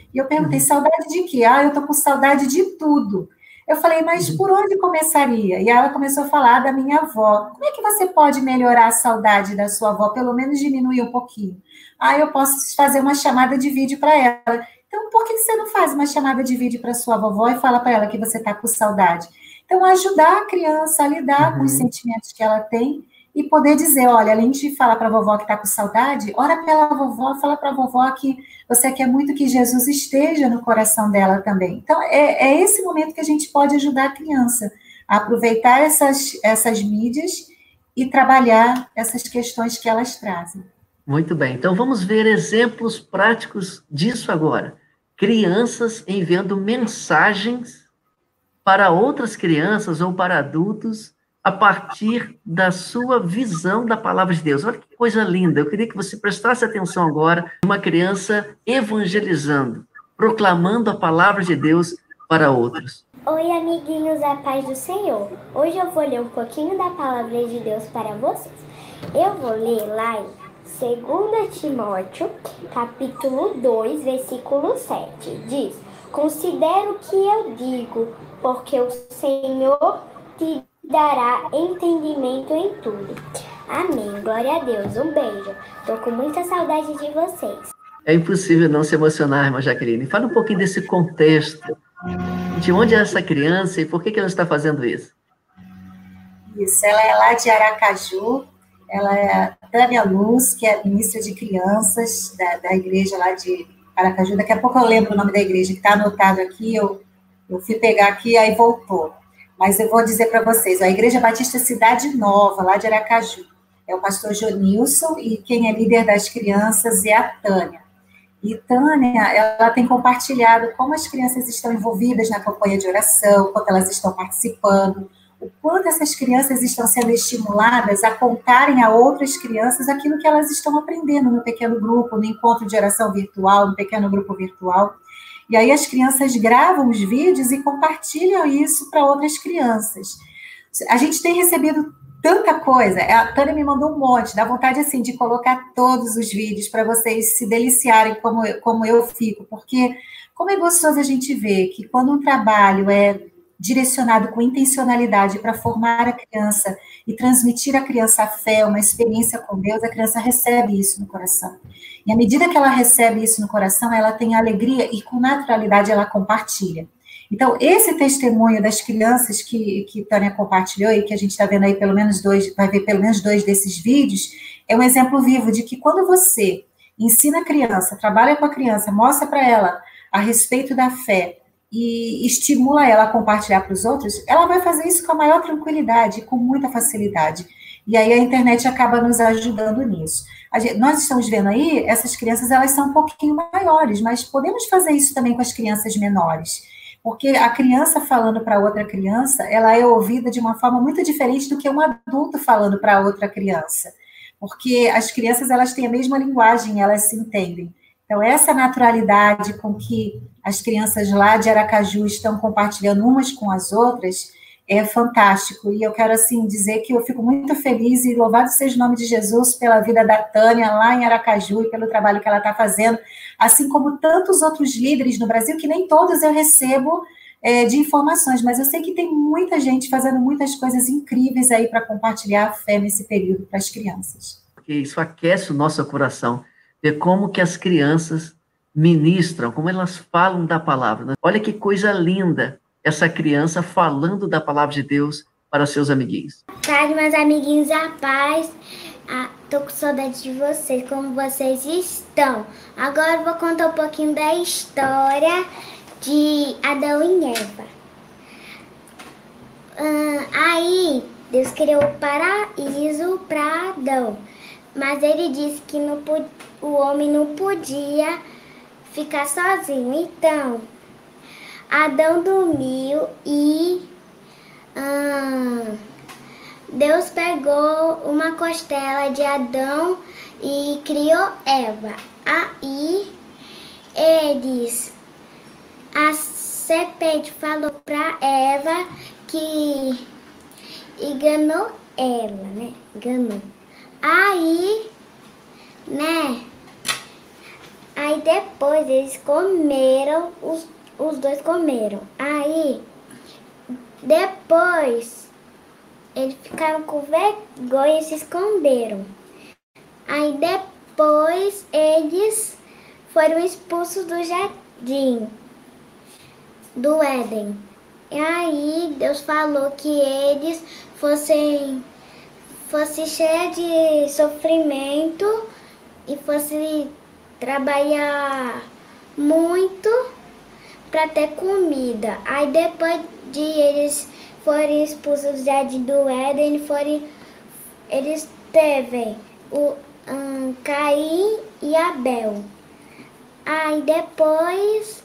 [SPEAKER 3] E eu perguntei, saudade de quê? Ah, eu tô com saudade de tudo. Eu falei, mas por onde começaria? E ela começou a falar da minha avó. Como é que você pode melhorar a saudade da sua avó? Pelo menos diminuir um pouquinho. Ah, eu posso fazer uma chamada de vídeo para ela. Então, por que você não faz uma chamada de vídeo para sua vovó e fala para ela que você está com saudade? Então, ajudar a criança a lidar uhum. com os sentimentos que ela tem e poder dizer, olha, além de falar para a vovó que está com saudade, ora pela vovó, fala para a vovó que você quer muito que Jesus esteja no coração dela também. Então, é, é esse momento que a gente pode ajudar a criança a aproveitar essas, essas mídias e trabalhar essas questões que elas trazem.
[SPEAKER 2] Muito bem, então vamos ver exemplos práticos disso agora. Crianças enviando mensagens para outras crianças ou para adultos a partir da sua visão da palavra de Deus. Olha que coisa linda, eu queria que você prestasse atenção agora, uma criança evangelizando, proclamando a palavra de Deus para outros.
[SPEAKER 7] Oi, amiguinhos, a paz do Senhor. Hoje eu vou ler um pouquinho da palavra de Deus para vocês. Eu vou ler lá em dois Timóteo, capítulo dois, versículo sete. Diz, considero o que eu digo, porque o Senhor te dará entendimento em tudo. Amém. Glória a Deus. Um beijo. Tô com muita saudade de vocês.
[SPEAKER 2] É impossível não se emocionar, irmã Jaqueline. Fala um pouquinho desse contexto. De onde é essa criança e por que, que ela está fazendo isso?
[SPEAKER 3] Isso, ela é lá de Aracaju. Ela é a Tânia Luz, que é ministra de crianças da, da igreja lá de Aracaju. Daqui a pouco eu lembro o nome da igreja, que está anotado aqui. Eu, eu fui pegar aqui, aí voltou. Mas eu vou dizer para vocês, a Igreja Batista Cidade Nova, lá de Aracaju, é o pastor Jonilson, e quem é líder das crianças é a Tânia. E Tânia, ela tem compartilhado como as crianças estão envolvidas na campanha de oração, quanto elas estão participando, o quanto essas crianças estão sendo estimuladas a contarem a outras crianças aquilo que elas estão aprendendo no pequeno grupo, no encontro de oração virtual, no pequeno grupo virtual. E aí as crianças gravam os vídeos e compartilham isso para outras crianças. A gente tem recebido tanta coisa. A Tânia me mandou um monte, dá vontade assim de colocar todos os vídeos para vocês se deliciarem como eu, como eu fico, porque como é gostoso a gente ver que quando um trabalho é direcionado com intencionalidade para formar a criança e transmitir à criança a fé, uma experiência com Deus, a criança recebe isso no coração. E à medida que ela recebe isso no coração, ela tem alegria e com naturalidade ela compartilha. Então, esse testemunho das crianças que, que Tânia compartilhou e que a gente está vendo aí pelo menos dois, vai ver pelo menos dois desses vídeos, é um exemplo vivo de que quando você ensina a criança, trabalha com a criança, mostra para ela a respeito da fé, e estimula ela a compartilhar para os outros, ela vai fazer isso com a maior tranquilidade, com muita facilidade. E aí a internet acaba nos ajudando nisso. Gente, nós estamos vendo aí, essas crianças, elas são um pouquinho maiores, mas podemos fazer isso também com as crianças menores. Porque a criança falando para outra criança, ela é ouvida de uma forma muito diferente do que um adulto falando para outra criança. Porque as crianças, elas têm a mesma linguagem, elas se entendem. Então, essa naturalidade com que as crianças lá de Aracaju estão compartilhando umas com as outras é fantástico. E eu quero, assim, dizer que eu fico muito feliz e louvado seja o nome de Jesus pela vida da Tânia lá em Aracaju e pelo trabalho que ela está fazendo, assim como tantos outros líderes no Brasil, que nem todos eu recebo é, de informações, mas eu sei que tem muita gente fazendo muitas coisas incríveis aí para compartilhar a fé nesse período para as crianças.
[SPEAKER 2] Porque isso aquece o nosso coração. Ver como que as crianças ministram, como elas falam da palavra. Olha que coisa linda essa criança falando da palavra de Deus para seus amiguinhos.
[SPEAKER 7] Paz, meus amiguinhos, a paz. Ah, tô com saudade de vocês, como vocês estão. Agora eu vou contar um pouquinho da história de Adão e Eva. Ah, aí, Deus criou o paraíso para Adão. Mas ele disse que não, o homem não podia ficar sozinho. Então, Adão dormiu e hum, Deus pegou uma costela de Adão e criou Eva. Aí, eles, a serpente falou para Eva que enganou ela, né? Enganou. Aí, né, aí Aí depois eles comeram, os, os dois comeram. Aí, depois, eles ficaram com vergonha e se esconderam. Aí depois eles foram expulsos do jardim, do Éden. E aí Deus falou que eles fossem, fossem cheios de sofrimento e fossem trabalhar muito para ter comida. Aí depois de eles forem expulsos do jardim do Éden, foram, eles teve o um, Caim e Abel. Aí depois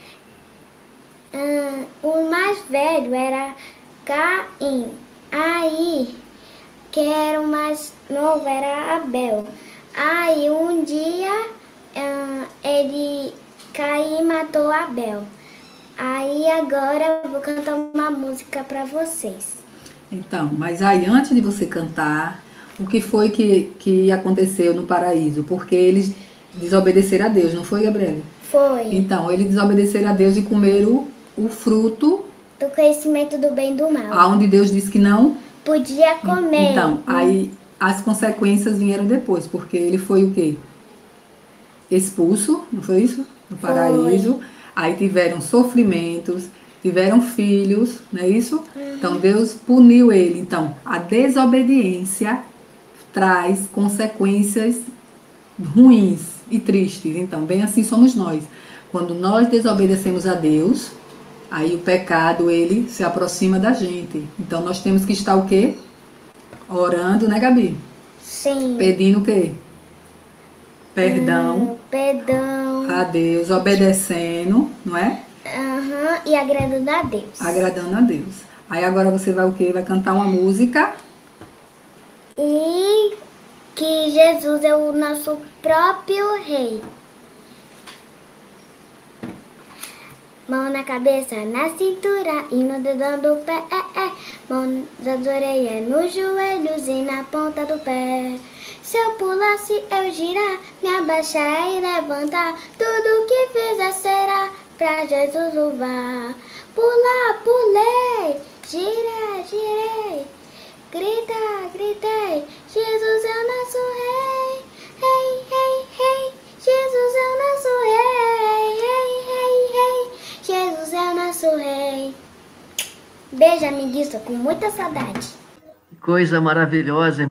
[SPEAKER 7] um, o mais velho era Caim. Aí que era o mais novo era Abel. Aí um dia um, ele Caim matou Abel. Aí agora eu vou cantar uma música para vocês.
[SPEAKER 8] Então, mas aí antes de você cantar, o que foi que, que aconteceu no paraíso? Porque eles desobedeceram a Deus, não foi, Gabriela?
[SPEAKER 7] Foi.
[SPEAKER 8] Então, eles desobedeceram a Deus e comeram o, o fruto
[SPEAKER 7] do conhecimento do bem e do mal.
[SPEAKER 8] Aonde Deus disse que não
[SPEAKER 7] podia comer.
[SPEAKER 8] Então, aí as consequências vieram depois, porque ele foi o quê? Expulso, não foi isso? No paraíso. Foi. Aí tiveram sofrimentos, tiveram filhos, não é isso? Uhum. Então Deus puniu ele. Então, a desobediência traz consequências ruins e tristes. Então, bem assim somos nós. Quando nós desobedecemos a Deus, aí o pecado, ele se aproxima da gente. Então, nós temos que estar o quê? Orando, né, Gabi?
[SPEAKER 7] Sim.
[SPEAKER 8] Pedindo o quê? Perdão.
[SPEAKER 7] Hum, perdão.
[SPEAKER 8] A Deus, obedecendo, não é?
[SPEAKER 7] Aham, uhum, e agradando a Deus.
[SPEAKER 8] Agradando a Deus. Aí agora você vai o quê? Vai cantar uma música.
[SPEAKER 7] E que Jesus é o nosso próprio rei. Mão na cabeça, na cintura e no dedão do pé. É, é. Mão das orelhas, nos joelhos e na ponta do pé. Se eu pulasse, eu girar, me abaixar e levantar. Tudo que fizer será pra Jesus louvar. Pular, pulei, girei, girei. Grita, gritei, Jesus é o nosso rei. Rei, rei, rei, Jesus é o nosso rei. Rei, rei, rei, Jesus é o nosso rei. Beijo, amiguinho, tô com muita saudade.
[SPEAKER 2] Que coisa maravilhosa.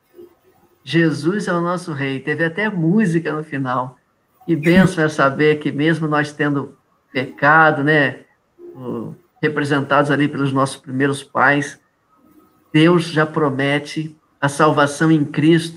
[SPEAKER 2] Jesus é o nosso rei. Teve até música no final. Que bênção é saber que mesmo nós tendo pecado, né, representados ali pelos nossos primeiros pais, Deus já promete a salvação em Cristo.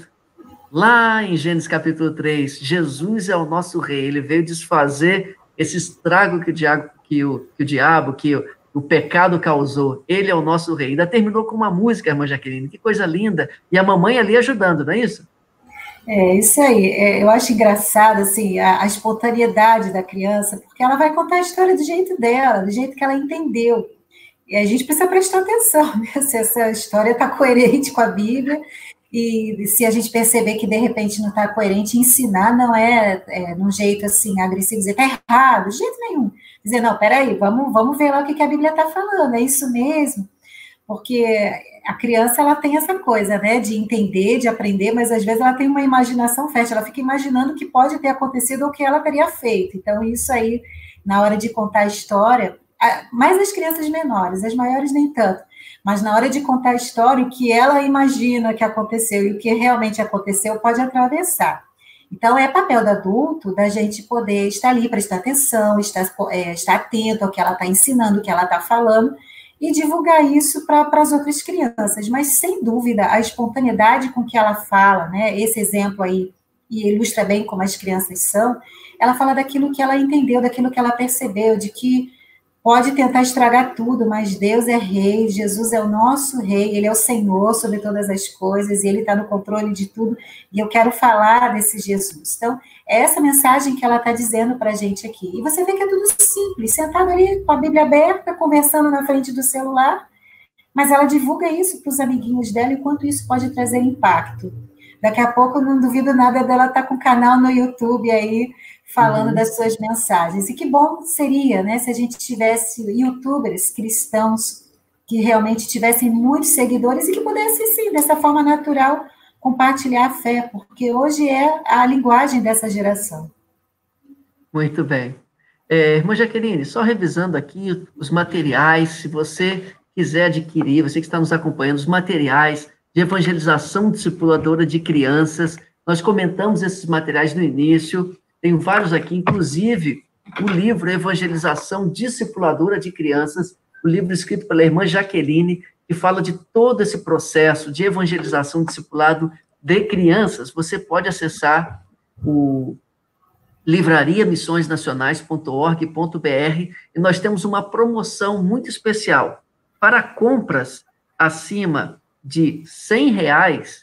[SPEAKER 2] Lá em Gênesis capítulo três, Jesus é o nosso rei. Ele veio desfazer esse estrago que o diabo, que o, que o, diabo, que o, o pecado causou. Ele é o nosso rei. Ainda terminou com uma música, irmã Jaqueline. Que coisa linda. E a mamãe ali ajudando, não é isso?
[SPEAKER 3] É, isso aí. É, eu acho engraçado, assim, a, a espontaneidade da criança, porque ela vai contar a história do jeito dela, do jeito que ela entendeu. E a gente precisa prestar atenção, né? Se essa história está coerente com a Bíblia, e se a gente perceber que, de repente, não está coerente, ensinar não é, é num jeito, assim, agressivo, dizer, está errado, de jeito nenhum. Dizer, não, peraí, vamos, vamos ver lá o que, que a Bíblia está falando, é isso mesmo? Porque a criança, ela tem essa coisa, né, de entender, de aprender, mas às vezes ela tem uma imaginação fértil, ela fica imaginando o que pode ter acontecido ou o que ela teria feito. Então, isso aí, na hora de contar a história, mais as crianças menores, as maiores nem tanto, mas na hora de contar a história, o que ela imagina que aconteceu e o que realmente aconteceu pode atravessar. Então, é papel do adulto da gente poder estar ali, prestar atenção, estar, é, estar atento ao que ela está ensinando, o que ela está falando, e divulgar isso para as outras crianças. Mas, sem dúvida, a espontaneidade com que ela fala, né, esse exemplo aí, e ilustra bem como as crianças são, ela fala daquilo que ela entendeu, daquilo que ela percebeu, de que pode tentar estragar tudo, mas Deus é rei, Jesus é o nosso rei, ele é o Senhor sobre todas as coisas, e ele está no controle de tudo, e eu quero falar desse Jesus. Então, é essa mensagem que ela está dizendo para a gente aqui. E você vê que é tudo simples, sentado ali com a Bíblia aberta, conversando na frente do celular, mas ela divulga isso para os amiguinhos dela, e quanto isso pode trazer impacto. Daqui a pouco, não duvido nada dela estar com um canal no YouTube aí, falando uhum. das suas mensagens. E que bom seria, né, se a gente tivesse youtubers cristãos que realmente tivessem muitos seguidores e que pudessem, sim, dessa forma natural, compartilhar a fé, porque hoje é a linguagem dessa geração.
[SPEAKER 2] Muito bem. É, irmã Jaqueline, só revisando aqui os materiais, se você quiser adquirir, você que está nos acompanhando, os materiais de evangelização discipuladora de crianças, nós comentamos esses materiais no início, tem vários aqui, inclusive o livro Evangelização Discipuladora de Crianças, o livro escrito pela irmã Jaqueline, que fala de todo esse processo de evangelização discipulado de crianças. Você pode acessar o livraria missões nacionais ponto org ponto br e nós temos uma promoção muito especial. Para compras acima de cem reais,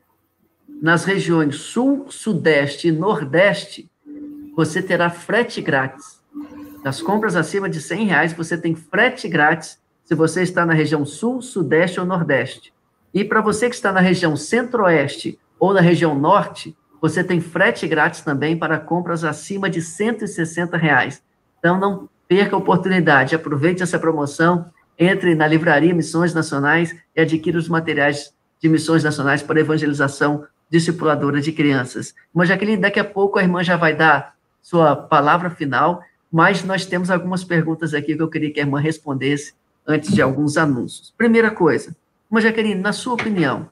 [SPEAKER 2] nas regiões Sul, Sudeste e Nordeste, você terá frete grátis. Nas compras acima de cem reais, você tem frete grátis se você está na região Sul, Sudeste ou Nordeste. E para você que está na região Centro-Oeste ou na região Norte, você tem frete grátis também para compras acima de cento e sessenta reais. Então, não perca a oportunidade, aproveite essa promoção, entre na Livraria Missões Nacionais e adquira os materiais de Missões Nacionais para evangelização discipuladora de crianças. Irmã Jaqueline, daqui a pouco a irmã já vai dar sua palavra final, mas nós temos algumas perguntas aqui que eu queria que a irmã respondesse antes de alguns anúncios. Primeira coisa, irmã Jaqueline, na sua opinião,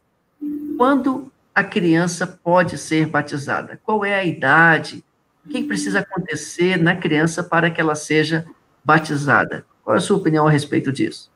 [SPEAKER 2] quando a criança pode ser batizada? Qual é a idade? O que precisa acontecer na criança para que ela seja batizada? Qual é a sua opinião a respeito disso?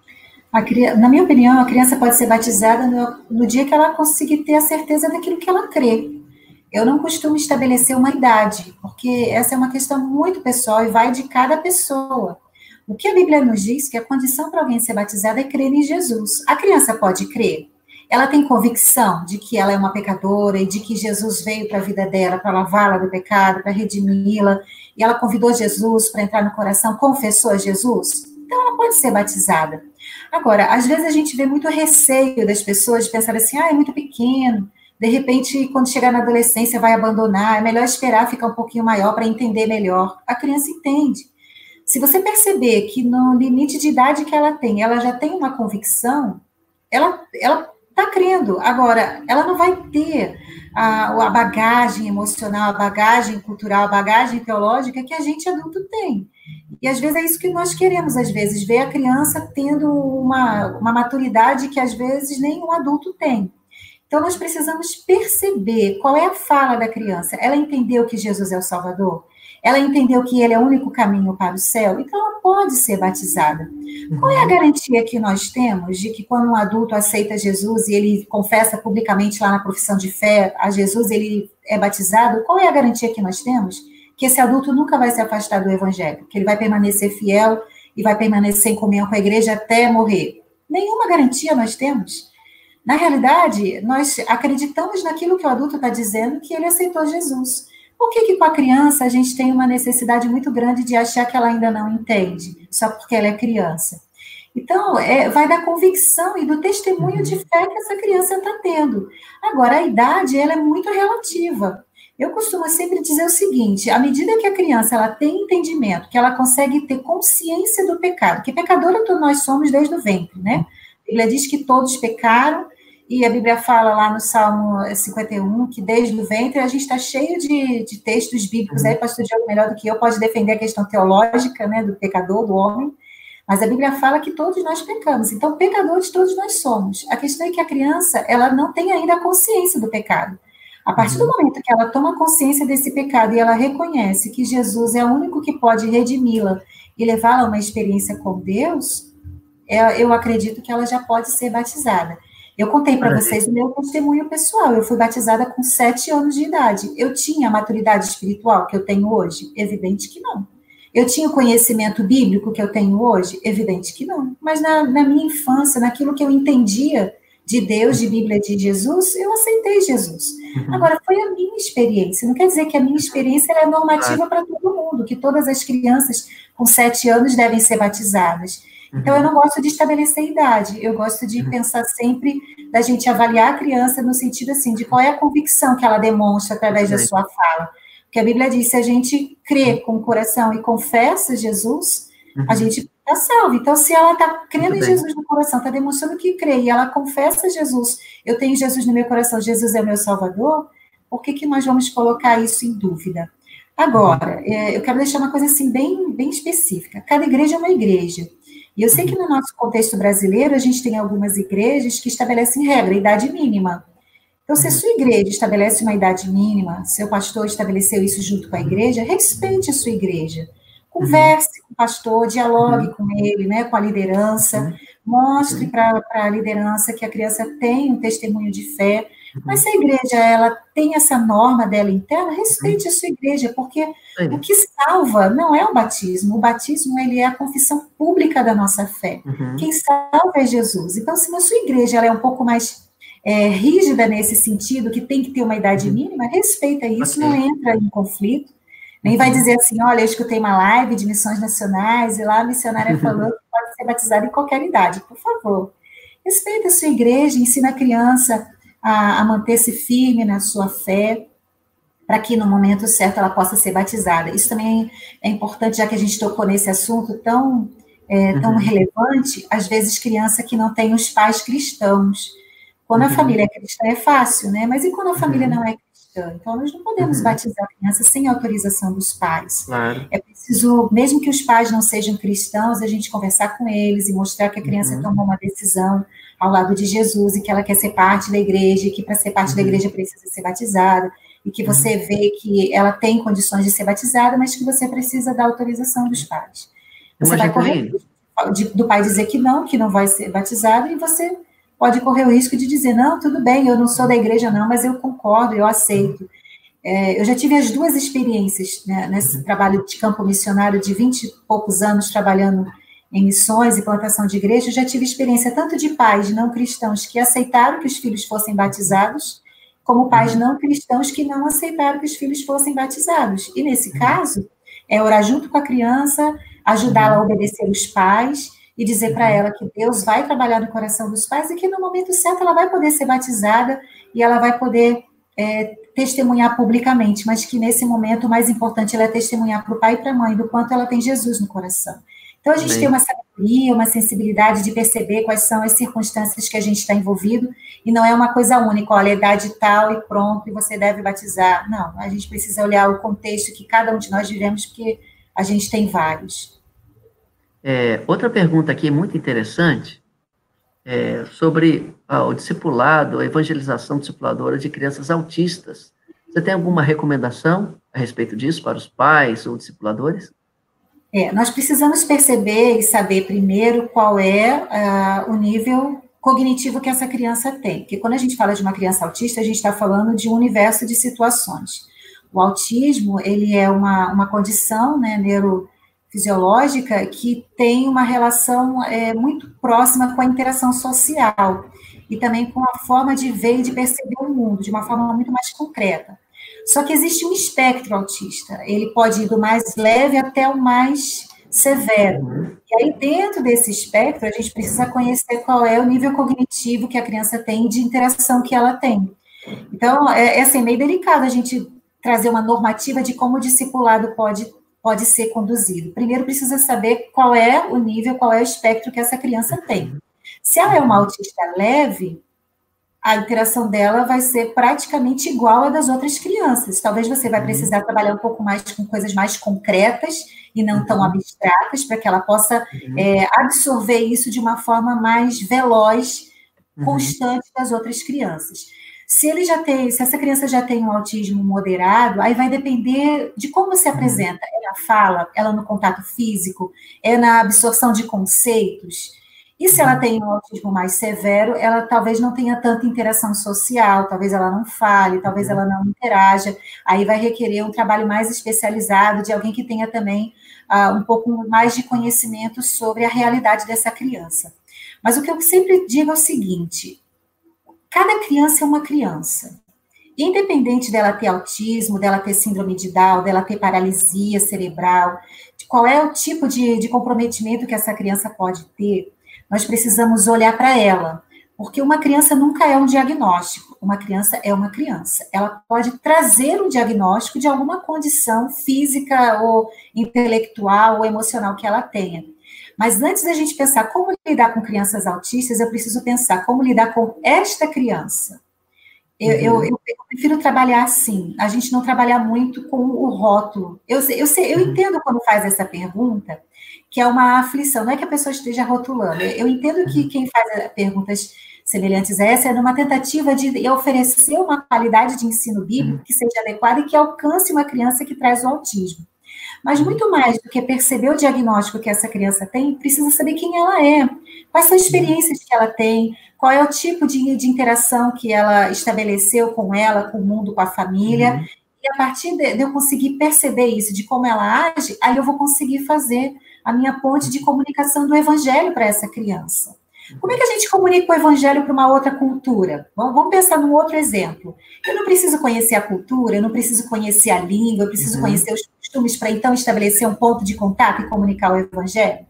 [SPEAKER 3] A, na minha opinião, a criança pode ser batizada no, no dia que ela conseguir ter a certeza daquilo que ela crê. Eu não costumo estabelecer uma idade, porque essa é uma questão muito pessoal e vai de cada pessoa. O que a Bíblia nos diz que a condição para alguém ser batizado é crer em Jesus. A criança pode crer. Ela tem convicção de que ela é uma pecadora e de que Jesus veio para a vida dela, para lavá-la do pecado, para redimi-la, e ela convidou Jesus para entrar no coração, confessou a Jesus, então ela pode ser batizada. Agora, às vezes a gente vê muito receio das pessoas de pensar assim, ah, é muito pequeno, de repente, quando chegar na adolescência vai abandonar, é melhor esperar ficar um pouquinho maior para entender melhor. A criança entende. Se você perceber que no limite de idade que ela tem, ela já tem uma convicção, ela... ela está crendo. Agora, ela não vai ter a, a bagagem emocional, a bagagem cultural, a bagagem teológica que a gente adulto tem. E, às vezes, é isso que nós queremos, às vezes, ver a criança tendo uma, uma maturidade que, às vezes, nenhum adulto tem. Então, nós precisamos perceber qual é a fala da criança. Ela entendeu que Jesus é o Salvador? Ela entendeu que ele é o único caminho para o céu? Então, ela pode ser batizada. Qual é a garantia que nós temos de que quando um adulto aceita Jesus e ele confessa publicamente lá na profissão de fé a Jesus, ele é batizado? Qual é a garantia que nós temos? Que esse adulto nunca vai se afastar do evangelho, que ele vai permanecer fiel e vai permanecer em comunhão com a igreja até morrer. Nenhuma garantia nós temos. Na realidade, nós acreditamos naquilo que o adulto está dizendo, que ele aceitou Jesus. Por que que com a criança a gente tem uma necessidade muito grande de achar que ela ainda não entende, só porque ela é criança? Então, é, vai da convicção e do testemunho de fé que essa criança está tendo. Agora, a idade, ela é muito relativa. Eu costumo sempre dizer o seguinte, à medida que a criança ela tem entendimento, que ela consegue ter consciência do pecado, que pecadora todos nós somos desde o ventre, né? A Bíblia diz que todos pecaram, e a Bíblia fala lá no Salmo cinquenta e um, que desde o ventre a gente está cheio de, de textos bíblicos, aí pastor Diogo melhor do que eu pode defender a questão teológica, né, do pecador, do homem, mas a Bíblia fala que todos nós pecamos, então pecadores todos nós somos. A questão é que a criança, ela não tem ainda a consciência do pecado. A partir do momento que ela toma consciência desse pecado e ela reconhece que Jesus é o único que pode redimi-la e levá-la a uma experiência com Deus, eu acredito que ela já pode ser batizada. Eu contei para vocês o meu testemunho pessoal. Eu fui batizada com sete anos de idade. Eu tinha a maturidade espiritual que eu tenho hoje? Evidente que não. Eu tinha o conhecimento bíblico que eu tenho hoje? Evidente que não. Mas na, na minha infância, naquilo que eu entendia de Deus, de Bíblia, de Jesus, eu aceitei Jesus. Uhum. Agora, foi a minha experiência. Não quer dizer que a minha experiência ela é normativa para todo mundo, que todas as crianças com sete anos devem ser batizadas. Então, eu não gosto de estabelecer idade, eu gosto de pensar sempre da gente avaliar a criança no sentido, assim, de qual é a convicção que ela demonstra através da sua fala. Porque a Bíblia diz, se a gente crê com o coração e confessa Jesus, uhum. a gente está salvo. Então, se ela está crendo em Jesus no coração, está demonstrando que crê, e ela confessa Jesus, eu tenho Jesus no meu coração, Jesus é o meu Salvador, por que que nós vamos colocar isso em dúvida? Agora, é, eu quero deixar uma coisa assim bem, bem específica. Cada igreja é uma igreja. E eu sei que no nosso contexto brasileiro, a gente tem algumas igrejas que estabelecem regra, idade mínima. Então, se a sua igreja estabelece uma idade mínima, seu pastor estabeleceu isso junto com a igreja, respeite a sua igreja. Converse com o pastor, dialogue com ele, né, com a liderança, mostre para a liderança que a criança tem um testemunho de fé. Mas se a igreja ela tem essa norma dela interna, respeite a sua igreja, porque o que salva não é o batismo. O batismo ele é a confissão pública da nossa fé. Uhum. Quem salva é Jesus. Então, se a sua igreja ela é um pouco mais é, rígida nesse sentido, que tem que ter uma idade mínima, respeita isso, okay. não entra em conflito. Nem vai dizer assim, olha, eu escutei uma live de missões nacionais e lá a missionária falou que pode ser batizada em qualquer idade. Por favor, respeita a sua igreja, ensina a criança a, a manter-se firme na sua fé, para que no momento certo ela possa ser batizada. Isso também é importante, já que a gente tocou nesse assunto tão, é, tão uhum. relevante, às vezes criança que não tem os pais cristãos. Quando uhum. a família é cristã é fácil, né? Mas e quando a família uhum. não é cristã? Então, nós não podemos uhum. batizar a criança sem autorização dos pais.
[SPEAKER 2] Claro.
[SPEAKER 3] É preciso, mesmo que os pais não sejam cristãos, a gente conversar com eles e mostrar que a criança uhum. tomou uma decisão ao lado de Jesus e que ela quer ser parte da igreja, e que para ser parte uhum. da igreja precisa ser batizada, e que você uhum. vê que ela tem condições de ser batizada, mas que você precisa da autorização dos pais. Você vai correr de, do pai dizer que não, que não vai ser batizado, e você pode correr o risco de dizer, não, tudo bem, eu não sou da igreja não, mas eu concordo, eu aceito. É, eu já tive as duas experiências, né, nesse trabalho de campo missionário de vinte e poucos anos trabalhando em missões e plantação de igreja, eu já tive experiência tanto de pais não cristãos que aceitaram que os filhos fossem batizados, como pais não cristãos que não aceitaram que os filhos fossem batizados. E nesse caso, é orar junto com a criança, ajudá-la a obedecer os pais, e dizer para ela que Deus vai trabalhar no coração dos pais e que no momento certo ela vai poder ser batizada e ela vai poder é, testemunhar publicamente, mas que nesse momento o mais importante ela é testemunhar para o pai e para a mãe do quanto ela tem Jesus no coração. Então a gente Bem. tem uma sabedoria, uma sensibilidade de perceber quais são as circunstâncias que a gente está envolvido, e não é uma coisa única, olha, idade tal e pronto, e você deve batizar. Não, a gente precisa olhar o contexto que cada um de nós vivemos, porque a gente tem vários.
[SPEAKER 2] É, outra pergunta aqui muito interessante é sobre ah, o discipulado, a evangelização discipuladora de crianças autistas. Você tem alguma recomendação a respeito disso para os pais ou discipuladores?
[SPEAKER 3] É, nós precisamos perceber e saber primeiro qual é uh, o nível cognitivo que essa criança tem. Porque quando a gente fala de uma criança autista, a gente está falando de um universo de situações. O autismo, ele é uma, uma condição, né, neuro fisiológica que tem uma relação é, muito próxima com a interação social e também com a forma de ver e de perceber o mundo, de uma forma muito mais concreta. Só que existe um espectro autista, ele pode ir do mais leve até o mais severo. E aí, dentro desse espectro, a gente precisa conhecer qual é o nível cognitivo que a criança tem, de interação que ela tem. Então, é, é assim, meio delicado a gente trazer uma normativa de como o discipulado pode pode ser conduzido. Primeiro, precisa saber qual é o nível, qual é o espectro que essa criança tem. Se ela é uma autista leve, a interação dela vai ser praticamente igual à das outras crianças. Talvez você vai precisar trabalhar um pouco mais com coisas mais concretas e não tão abstratas, para que ela possa é, absorver isso de uma forma mais veloz, constante das outras crianças. Se ele já tem, se essa criança já tem um autismo moderado, aí vai depender de como se apresenta. É na fala, ela no contato físico, é na absorção de conceitos. E se ela tem um autismo mais severo, ela talvez não tenha tanta interação social, talvez ela não fale, talvez ela não interaja. Aí vai requerer um trabalho mais especializado de alguém que tenha também uh, um pouco mais de conhecimento sobre a realidade dessa criança. Mas o que eu sempre digo é o seguinte: cada criança é uma criança. independente dela ter autismo, dela ter síndrome de Down, dela ter paralisia cerebral, de qual é o tipo de, de comprometimento que essa criança pode ter, nós precisamos olhar para ela, porque uma criança nunca é um diagnóstico, uma criança é uma criança. Ela pode trazer um diagnóstico de alguma condição física ou intelectual ou emocional que ela tenha. Mas antes da gente pensar como lidar com crianças autistas, eu preciso pensar como lidar com esta criança. Eu, uhum. eu, eu, eu prefiro trabalhar assim, a gente não trabalhar muito com o rótulo. Eu, eu, sei, eu entendo quando faz essa pergunta, que é uma aflição, não é que a pessoa esteja rotulando. Eu entendo que quem faz perguntas semelhantes a essa é numa tentativa de oferecer uma qualidade de ensino bíblico que seja adequada e que alcance uma criança que traz o autismo. Mas muito mais do que perceber o diagnóstico que essa criança tem, precisa saber quem ela é, quais são as experiências que ela tem, qual é o tipo de, de interação que ela estabeleceu com ela, com o mundo, com a família. Uhum. E a partir de, de eu conseguir perceber isso, de como ela age, aí eu vou conseguir fazer a minha ponte de comunicação do evangelho para essa criança. Como é que a gente comunica o evangelho para uma outra cultura? Vamos pensar num outro exemplo. Eu não preciso conhecer a cultura, eu não preciso conhecer a língua, eu preciso uhum. conhecer os costumes para então estabelecer um ponto de contato e comunicar o evangelho.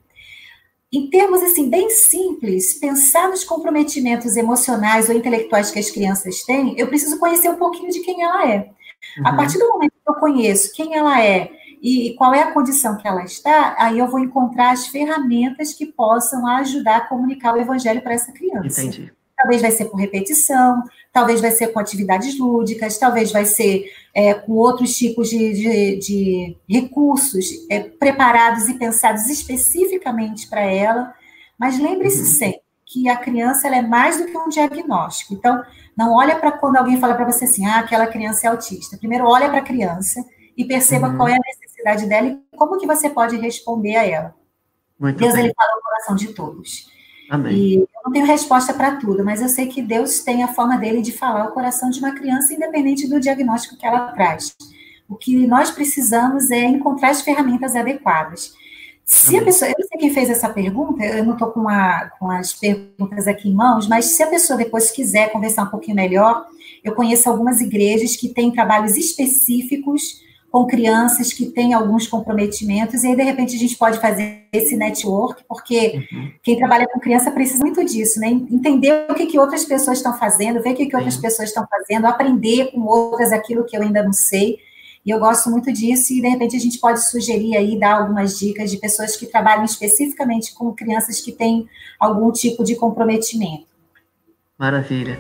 [SPEAKER 3] Em termos assim bem simples, pensar nos comprometimentos emocionais ou intelectuais que as crianças têm, eu preciso conhecer um pouquinho de quem ela é. Uhum. A partir do momento que eu conheço quem ela é e qual é a condição que ela está, aí eu vou encontrar as ferramentas que possam ajudar a comunicar o evangelho para essa criança.
[SPEAKER 2] Entendi.
[SPEAKER 3] Talvez vai ser por repetição, talvez vai ser com atividades lúdicas, talvez vai ser é, com outros tipos de, de, de recursos é, preparados e pensados especificamente para ela, mas lembre-se uhum. sempre que a criança ela é mais do que um diagnóstico. Então, não olha para quando alguém fala para você assim, ah, aquela criança é autista. Primeiro, olha para a criança e perceba uhum. qual é a necessidade dela e como que você pode responder a ela. Muito Deus, bem. Ele fala no coração de todos.
[SPEAKER 2] Amém.
[SPEAKER 3] E eu não tenho resposta para tudo, mas eu sei que Deus tem a forma dele de falar o coração de uma criança, independente do diagnóstico que ela traz. O que nós precisamos é encontrar as ferramentas adequadas. Se Amém. A pessoa, eu não sei quem fez essa pergunta, eu não estou com, com as perguntas aqui em mãos, mas se a pessoa depois quiser conversar um pouquinho melhor, eu conheço algumas igrejas que têm trabalhos específicos com crianças que têm alguns comprometimentos, e aí, de repente, a gente pode fazer esse network, porque uhum. quem trabalha com criança precisa muito disso, né? Entender o que, que outras pessoas estão fazendo, ver o que, que outras pessoas estão fazendo, aprender com outras aquilo que eu ainda não sei, e eu gosto muito disso, e, de repente, a gente pode sugerir aí, dar algumas dicas de pessoas que trabalham especificamente com crianças que têm algum tipo de comprometimento.
[SPEAKER 2] Maravilha.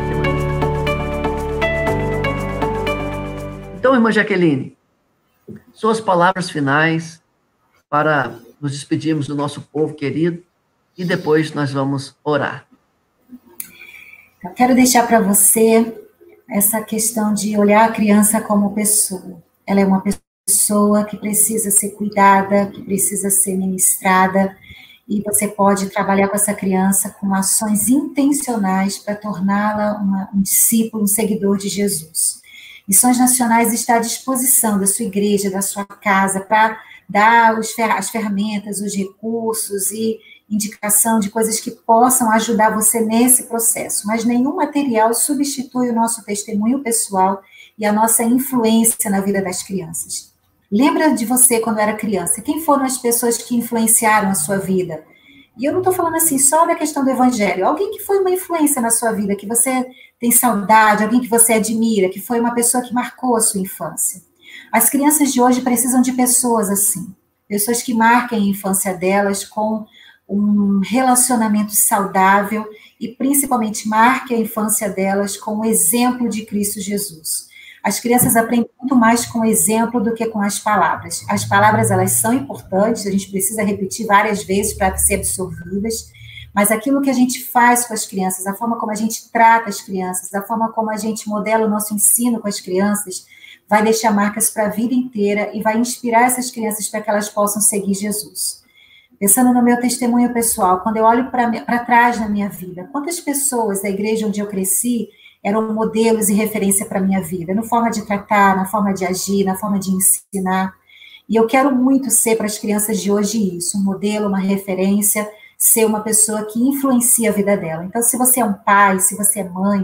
[SPEAKER 2] Então, irmã Jaqueline, suas palavras finais para nos despedirmos do nosso povo querido e depois nós vamos orar.
[SPEAKER 3] Eu quero deixar para você essa questão de olhar a criança como pessoa. Ela é uma pessoa que precisa ser cuidada, que precisa ser ministrada, e você pode trabalhar com essa criança com ações intencionais para torná-la uma, um discípulo, um seguidor de Jesus. Missões Nacionais está à disposição da sua igreja, da sua casa, para dar os, as ferramentas, os recursos e indicação de coisas que possam ajudar você nesse processo. Mas nenhum material substitui o nosso testemunho pessoal e a nossa influência na vida das crianças. Lembra de você quando era criança? Quem foram as pessoas que influenciaram a sua vida? E eu não estou falando assim só da questão do evangelho. Alguém que foi uma influência na sua vida, que você tem saudade, alguém que você admira, que foi uma pessoa que marcou a sua infância. As crianças de hoje precisam de pessoas assim. Pessoas que marquem a infância delas com um relacionamento saudável e, principalmente, marquem a infância delas com o exemplo de Cristo Jesus. As crianças aprendem muito mais com o exemplo do que com as palavras. As palavras, elas são importantes, a gente precisa repetir várias vezes para ser absorvidas, mas aquilo que a gente faz com as crianças, a forma como a gente trata as crianças, a forma como a gente modela o nosso ensino com as crianças, vai deixar marcas para a vida inteira e vai inspirar essas crianças para que elas possam seguir Jesus. Pensando no meu testemunho pessoal, quando eu olho para trás na minha vida, quantas pessoas da igreja onde eu cresci eram modelos e referência para a minha vida, na forma de tratar, na forma de agir, na forma de ensinar. E eu quero muito ser para as crianças de hoje isso, um modelo, uma referência, ser uma pessoa que influencia a vida dela. Então, se você é um pai, se você é mãe,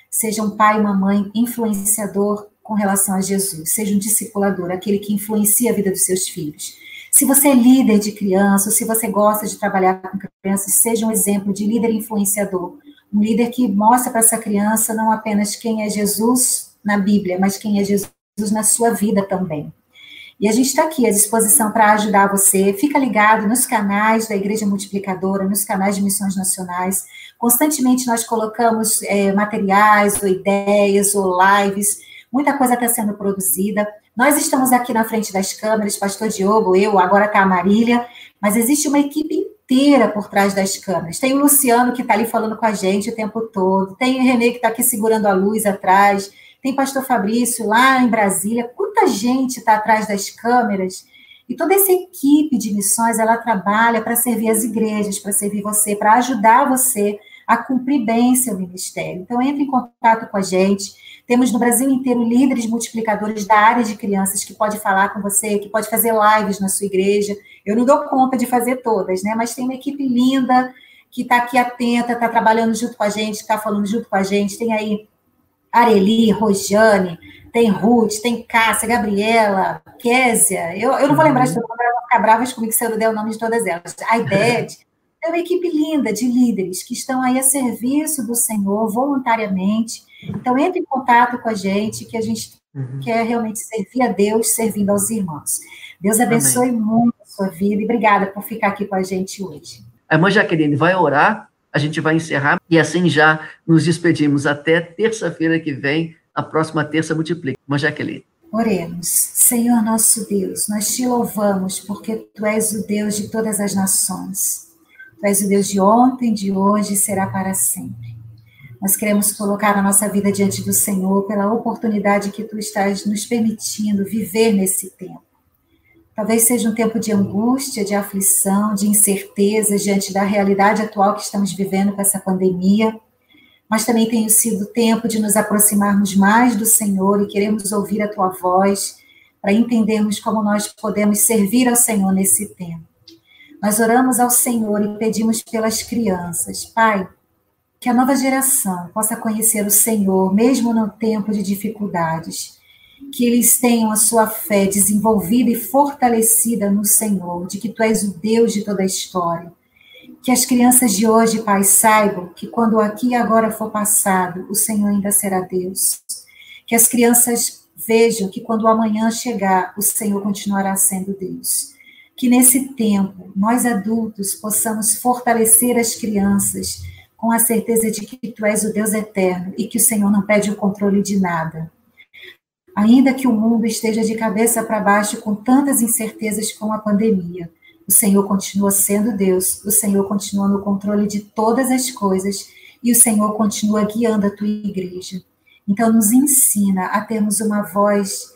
[SPEAKER 3] seja um pai, uma mãe influenciador com relação a Jesus, seja um discipulador, aquele que influencia a vida dos seus filhos. Se você é líder de criança, ou se você gosta de trabalhar com crianças, seja um exemplo de líder influenciador, um líder que mostra para essa criança não apenas quem é Jesus na Bíblia, mas quem é Jesus na sua vida também. E a gente está aqui à disposição para ajudar você. Fica ligado nos canais da Igreja Multiplicadora, nos canais de missões nacionais. Constantemente nós colocamos é, materiais, ou ideias, ou lives. Muita coisa está sendo produzida. Nós estamos aqui na frente das câmeras, pastor Diogo, eu, agora está a Marília, mas existe uma equipe inteira por trás das câmeras. Tem o Luciano que está ali falando com a gente o tempo todo, tem o Renê que está aqui segurando a luz atrás, tem o pastor Fabrício lá em Brasília. Quanta gente está atrás das câmeras? E toda essa equipe de missões, ela trabalha para servir as igrejas, para servir você, para ajudar você a cumprir bem seu ministério. Então, entre em contato com a gente. Temos no Brasil inteiro líderes multiplicadores da área de crianças que pode falar com você, que pode fazer lives na sua igreja. Eu não dou conta de fazer todas, né? Mas tem uma equipe linda que está aqui atenta, está trabalhando junto com a gente, está falando junto com a gente. Tem aí Areli, Rojane, tem Ruth, tem Cássia, Gabriela, Késia. Eu, eu não vou lembrar de todo mundo, elas vão ficar bravas comigo se eu não der o nome de todas elas. A Aidede. É uma equipe linda de líderes que estão aí a serviço do Senhor voluntariamente. Então, entre em contato com a gente, que a gente uhum. quer realmente servir a Deus, servindo aos irmãos. Deus abençoe Amém. Muito a sua vida e obrigada por ficar aqui com a gente hoje.
[SPEAKER 2] A irmã Jaqueline vai orar, a gente vai encerrar e assim já nos despedimos até terça-feira que vem, a próxima terça multiplica. Irmã Jaqueline.
[SPEAKER 3] Oremos. Senhor nosso Deus, nós te louvamos porque Tu és o Deus de todas as nações. Tu és o Deus de ontem, de hoje e será para sempre. Nós queremos colocar a nossa vida diante do Senhor pela oportunidade que Tu estás nos permitindo viver nesse tempo. Talvez seja um tempo de angústia, de aflição, de incerteza diante da realidade atual que estamos vivendo com essa pandemia, mas também tem sido tempo de nos aproximarmos mais do Senhor e queremos ouvir a Tua voz para entendermos como nós podemos servir ao Senhor nesse tempo. Nós oramos ao Senhor e pedimos pelas crianças. Pai, que a nova geração possa conhecer o Senhor, mesmo no tempo de dificuldades. Que eles tenham a sua fé desenvolvida e fortalecida no Senhor, de que Tu és o Deus de toda a história. Que as crianças de hoje, Pai, saibam que quando aqui e agora for passado, o Senhor ainda será Deus. Que as crianças vejam que quando o amanhã chegar, o Senhor continuará sendo Deus. Que nesse tempo, nós adultos possamos fortalecer as crianças com a certeza de que Tu és o Deus eterno e que o Senhor não perde o controle de nada. Ainda que o mundo esteja de cabeça para baixo com tantas incertezas como a pandemia, o Senhor continua sendo Deus, o Senhor continua no controle de todas as coisas e o Senhor continua guiando a Tua igreja. Então, nos ensina a termos uma voz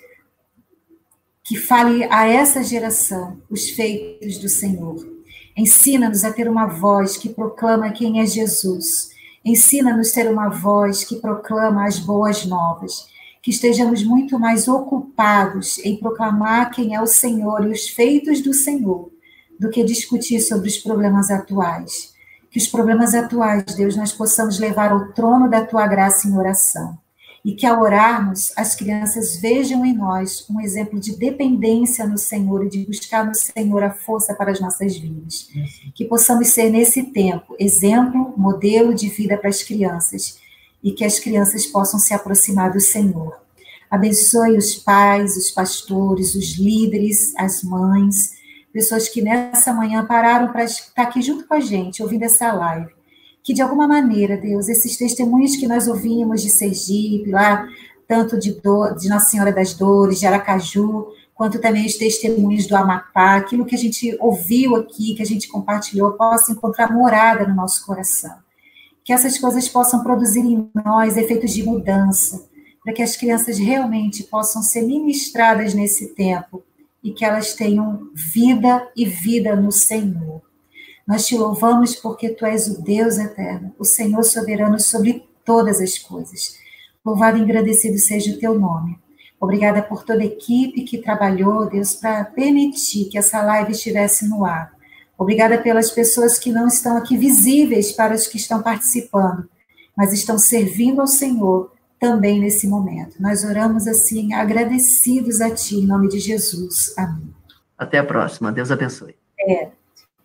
[SPEAKER 3] que fale a essa geração os feitos do Senhor. Ensina-nos a ter uma voz que proclama quem é Jesus. Ensina-nos a ter uma voz que proclama as boas novas. Que estejamos muito mais ocupados em proclamar quem é o Senhor e os feitos do Senhor, do que discutir sobre os problemas atuais. Que os problemas atuais, Deus, nós possamos levar ao trono da Tua graça em oração. E que ao orarmos, as crianças vejam em nós um exemplo de dependência no Senhor e de buscar no Senhor a força para as nossas vidas. Que possamos ser, nesse tempo, exemplo, modelo de vida para as crianças e que as crianças possam se aproximar do Senhor. Abençoe os pais, os pastores, os líderes, as mães, pessoas que nessa manhã pararam para estar aqui junto com a gente, ouvindo essa live. Que, de alguma maneira, Deus, esses testemunhos que nós ouvimos de Sergipe, lá, tanto de, do, de Nossa Senhora das Dores, de Aracaju, quanto também os testemunhos do Amapá, aquilo que a gente ouviu aqui, que a gente compartilhou, possa encontrar morada no nosso coração. Que essas coisas possam produzir em nós efeitos de mudança, para que as crianças realmente possam ser ministradas nesse tempo e que elas tenham vida e vida no Senhor. Nós te louvamos porque Tu és o Deus eterno, o Senhor soberano sobre todas as coisas. Louvado e engrandecido seja o Teu nome. Obrigada por toda a equipe que trabalhou, Deus, para permitir que essa live estivesse no ar. Obrigada pelas pessoas que não estão aqui visíveis para os que estão participando, mas estão servindo ao Senhor também nesse momento. Nós oramos assim, agradecidos a Ti, em nome de Jesus. Amém.
[SPEAKER 2] Até a próxima. Deus abençoe.
[SPEAKER 3] É.